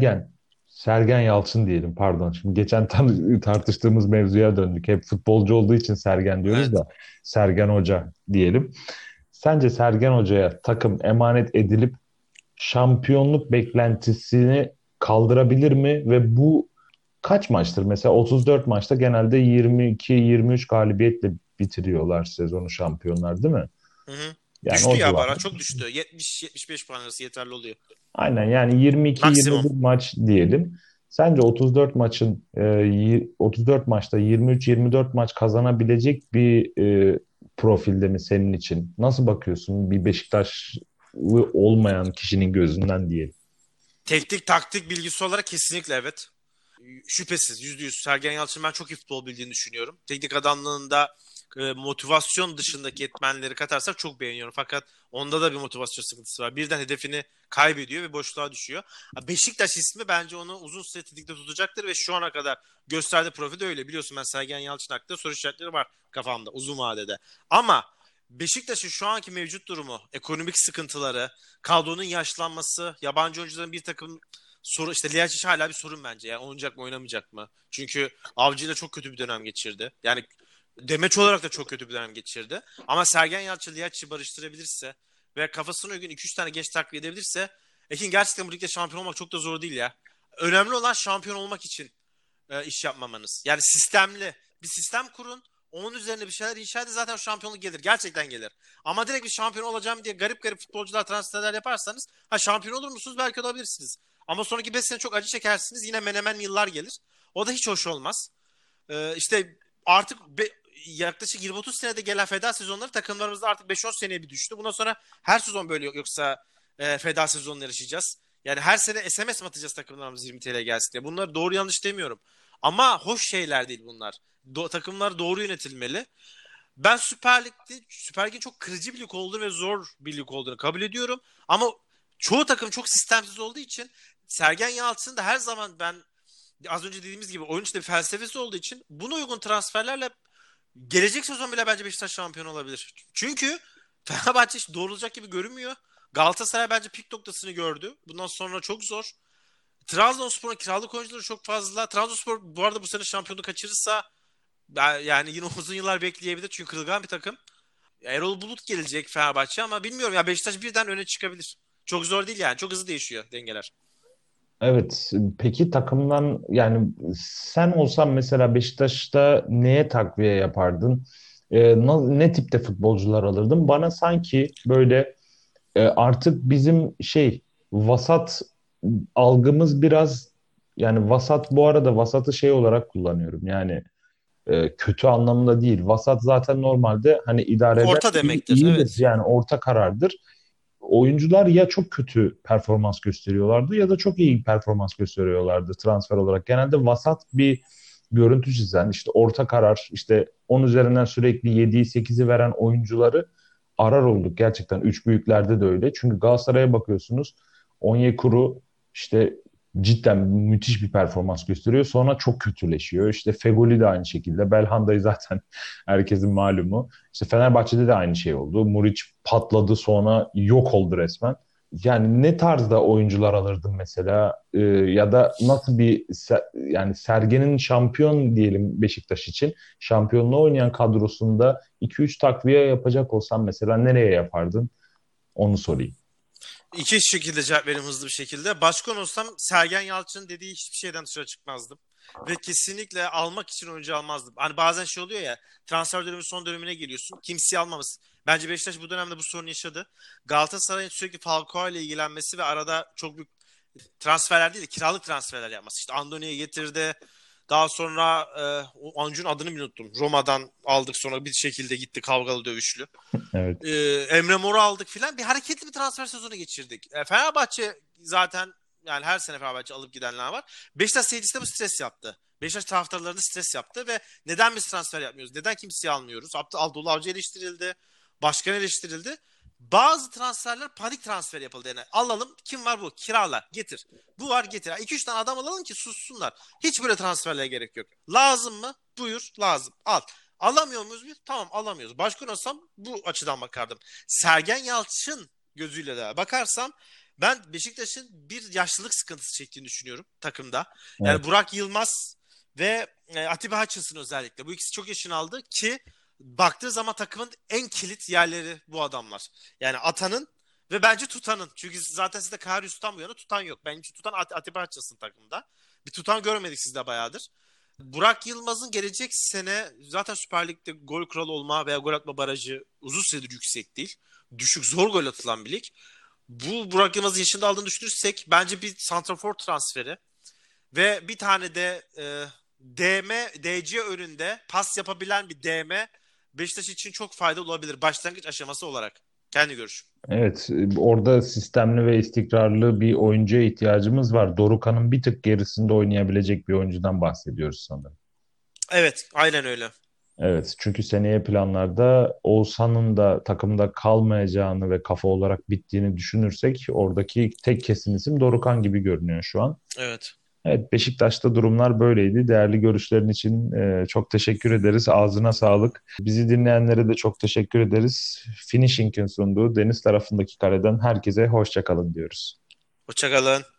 [SPEAKER 1] Sergen Yalçın diyelim, pardon. Şimdi geçen tartıştığımız mevzuya döndük. Hep futbolcu olduğu için Sergen diyoruz
[SPEAKER 2] Evet.
[SPEAKER 1] da Sergen Hoca diyelim. Sence Sergen Hoca'ya takım emanet edilip şampiyonluk beklentisini kaldırabilir mi? Ve bu kaç maçtır? Mesela 34 maçta genelde 22-23 galibiyetle bitiriyorlar sezonu şampiyonlar, değil mi?
[SPEAKER 2] Hı hı.
[SPEAKER 1] Yani
[SPEAKER 2] Düştü
[SPEAKER 1] o
[SPEAKER 2] ya
[SPEAKER 1] civar.
[SPEAKER 2] bara, çok düştü. 70-75 puan arası yeterli oluyor.
[SPEAKER 1] Aynen, yani
[SPEAKER 2] Maksimum.
[SPEAKER 1] 22-21 maç diyelim. Sence 34 maçta 23-24 maç kazanabilecek bir profilde mi senin için? Nasıl bakıyorsun bir Beşiktaşlı olmayan kişinin gözünden diyelim.
[SPEAKER 2] Teknik taktik bilgisi olarak kesinlikle evet. Şüphesiz %100 Sergen Yalçın ben çok iyi futbol bildiğini düşünüyorum. Teknik adamlığında motivasyon dışındaki etmenleri katarsak çok beğeniyorum. Fakat onda da bir motivasyon sıkıntısı var. Birden hedefini kaybediyor ve boşluğa düşüyor. Beşiktaş ismi bence onu uzun süre tetikte tutacaktır ve şu ana kadar gösterdiği profil de öyle. Biliyorsun ben Sergen Yalçın hakkında soru işaretleri var kafamda uzun vadede. Ama Beşiktaş'ın şu anki mevcut durumu, ekonomik sıkıntıları, kadronun yaşlanması, yabancı oyuncuların bir takım soru işte Liyaç hala bir sorun bence. Yani oynayacak mı oynamayacak mı? Çünkü Avcı'yla çok kötü bir dönem geçirdi. Yani demeç olarak da çok kötü bir dönem geçirdi. Ama Sergen Yalçın Liyaç'ı barıştırabilirse ve kafasına uygun 2-3 tane genç takviye edebilirse Ekin gerçekten bu ligde şampiyon olmak çok da zor değil ya. Önemli olan şampiyon olmak için iş yapmamanız. Yani sistemli bir sistem kurun. Onun üzerine bir şeyler inşa edin zaten şampiyonluk gelir. Gerçekten gelir. Ama direkt bir şampiyon olacağım diye garip garip futbolcular transferler yaparsanız şampiyon olur musunuz? Belki olabilirsiniz. Ama sonraki 5 sene çok acı çekersiniz. Yine menemen yıllar gelir. O da hiç hoş olmaz. İşte artık yaklaşık 20-30 senede gelen feda sezonları takımlarımızda artık 5-10 seneye bir düştü. Bundan sonra her sezon böyle yoksa feda sezonları yaşayacağız. Yani her sene SMS mi atacağız takımlarımız 20 TL gelsin diye. Bunları doğru yanlış demiyorum. Ama hoş şeyler değil bunlar. Takımlar doğru yönetilmeli. Ben Süper Lig'in çok kırıcı bir lig olduğunu ve zor bir lig olduğunu kabul ediyorum. Ama çoğu takım çok sistemsiz olduğu için Sergen Yalçın da her zaman ben az önce dediğimiz gibi oyun içinde bir felsefesi olduğu için buna uygun transferlerle gelecek sezon bile bence Beşiktaş şampiyon olabilir. Çünkü Fenerbahçe hiç doğrulacak gibi görünmüyor. Galatasaray bence pik noktasını gördü. Bundan sonra çok zor. Trabzonspor'un kiralık oyuncuları çok fazla. Trabzonspor bu arada bu sene şampiyonu kaçırırsa yani yine uzun yıllar bekleyebilir. Çünkü kırılgan bir takım. Erol Bulut gelecek Fenerbahçe ama bilmiyorum ya Beşiktaş birden öne çıkabilir. Çok zor değil yani. Çok hızlı değişiyor dengeler.
[SPEAKER 1] Evet, peki takımdan yani sen olsan mesela Beşiktaş'ta neye takviye yapardın? Ne tipte futbolcular alırdın? Bana sanki böyle artık bizim vasat algımız biraz yani vasat bu arada vasatı şey olarak kullanıyorum. Yani kötü anlamında değil. Vasat zaten normalde hani idare eder
[SPEAKER 2] Orta demektir.
[SPEAKER 1] iyidir
[SPEAKER 2] Evet.
[SPEAKER 1] yani orta karardır. Oyuncular ya çok kötü performans gösteriyorlardı ya da çok iyi performans gösteriyorlardı transfer olarak. Genelde vasat bir görüntü çizen, işte orta karar, işte 10 üzerinden sürekli 7'yi 8'i veren oyuncuları arar olduk. Gerçekten üç büyüklerde de öyle. Çünkü Galatasaray'a bakıyorsunuz, Onyekuru işte cidden müthiş bir performans gösteriyor. Sonra çok kötüleşiyor. İşte Fegoli de aynı şekilde. Belhanda'yı zaten herkesin malumu. İşte Fenerbahçe'de de aynı şey oldu. Muriç patladı sonra yok oldu resmen. Yani ne tarzda oyuncular alırdın mesela? Ya da nasıl yani Sergen'in şampiyon diyelim Beşiktaş için şampiyonluğu oynayan kadrosunda 2-3 takviye yapacak olsan mesela nereye yapardın? Onu sorayım.
[SPEAKER 2] İki şekilde cevap vereyim hızlı bir şekilde. Başkan olsam Sergen Yalçın'ın dediği hiçbir şeyden dışarı çıkmazdım. Ve kesinlikle almak için oyuncu almazdım. Hani bazen şey oluyor ya transfer dönemi son dönemine geliyorsun. Kimseyi almaması. Bence Beşiktaş bu dönemde bu sorunu yaşadı. Galatasaray'ın sürekli Falcao ile ilgilenmesi ve arada çok büyük transferler değil de kiralık transferler yapması. İşte Andoni'yi getirdi. Daha sonra o oyuncunun adını bile unuttum. Roma'dan aldık sonra bir şekilde gitti kavgalı dövüşlü.
[SPEAKER 1] Evet.
[SPEAKER 2] Emre Mor'u aldık filan. Bir hareketli bir transfer sezonu geçirdik. Fenerbahçe zaten yani her sene Fenerbahçe alıp gidenler var. Beşiktaş seyircisi de bu stres yaptı. Beşiktaş taraftarları da stres yaptı ve neden biz transfer yapmıyoruz? Neden kimseyi almıyoruz? Abdullah Avcı eleştirildi. Başkan eleştirildi. Bazı transferler panik transfer yapıldı. Yani alalım kim var bu? Kirala getir. Bu var getir. 2-3 tane adam alalım ki sussunlar. Hiç böyle transferlere gerek yok. Lazım mı? Buyur lazım. Al. Alamıyor muyuz biz? Tamam alamıyoruz. Başkan olsam bu açıdan bakardım. Sergen Yalçın gözüyle de bakarsam ben Beşiktaş'ın bir yaşlılık sıkıntısı çektiğini düşünüyorum takımda. Yani
[SPEAKER 1] Evet.
[SPEAKER 2] Burak Yılmaz ve Atiba Hutchinson özellikle. Bu ikisi çok yaşını aldı ki baktığı zaman takımın en kilit yerleri bu adamlar. Yani atanın ve bence tutanın. Çünkü zaten sizde Karius'tan bu yana tutan yok. Bence tutan Atiba Hutchinson takımda. Bir tutan görmedik sizde bayağıdır. Burak Yılmaz'ın gelecek sene zaten Süper Lig'de gol kralı olma veya gol atma barajı uzun süredir yüksek değil. Düşük zor gol atılan bir lig. Bu Burak Yılmaz'ın yaşında aldığını düşünürsek bence bir santrafor transferi ve bir tane de DC önünde pas yapabilen bir DM Beşiktaş için çok faydalı olabilir başlangıç aşaması olarak. Kendi görüşüm.
[SPEAKER 1] Evet, orada sistemli ve istikrarlı bir oyuncuya ihtiyacımız var. Dorukhan'ın bir tık gerisinde oynayabilecek bir oyuncudan bahsediyoruz sanırım.
[SPEAKER 2] Evet, aynen öyle.
[SPEAKER 1] Evet, çünkü seneye planlarda Oğuzhan'ın da takımda kalmayacağını ve kafa olarak bittiğini düşünürsek oradaki tek kesin isim Dorukhan gibi görünüyor şu an.
[SPEAKER 2] Evet.
[SPEAKER 1] Evet, Beşiktaş'ta durumlar böyleydi. Değerli görüşlerin için çok teşekkür ederiz. Ağzına sağlık. Bizi dinleyenlere de çok teşekkür ederiz. Finishing'in sunduğu deniz tarafındaki kareden herkese hoşça kalın diyoruz.
[SPEAKER 2] Hoşça kalın.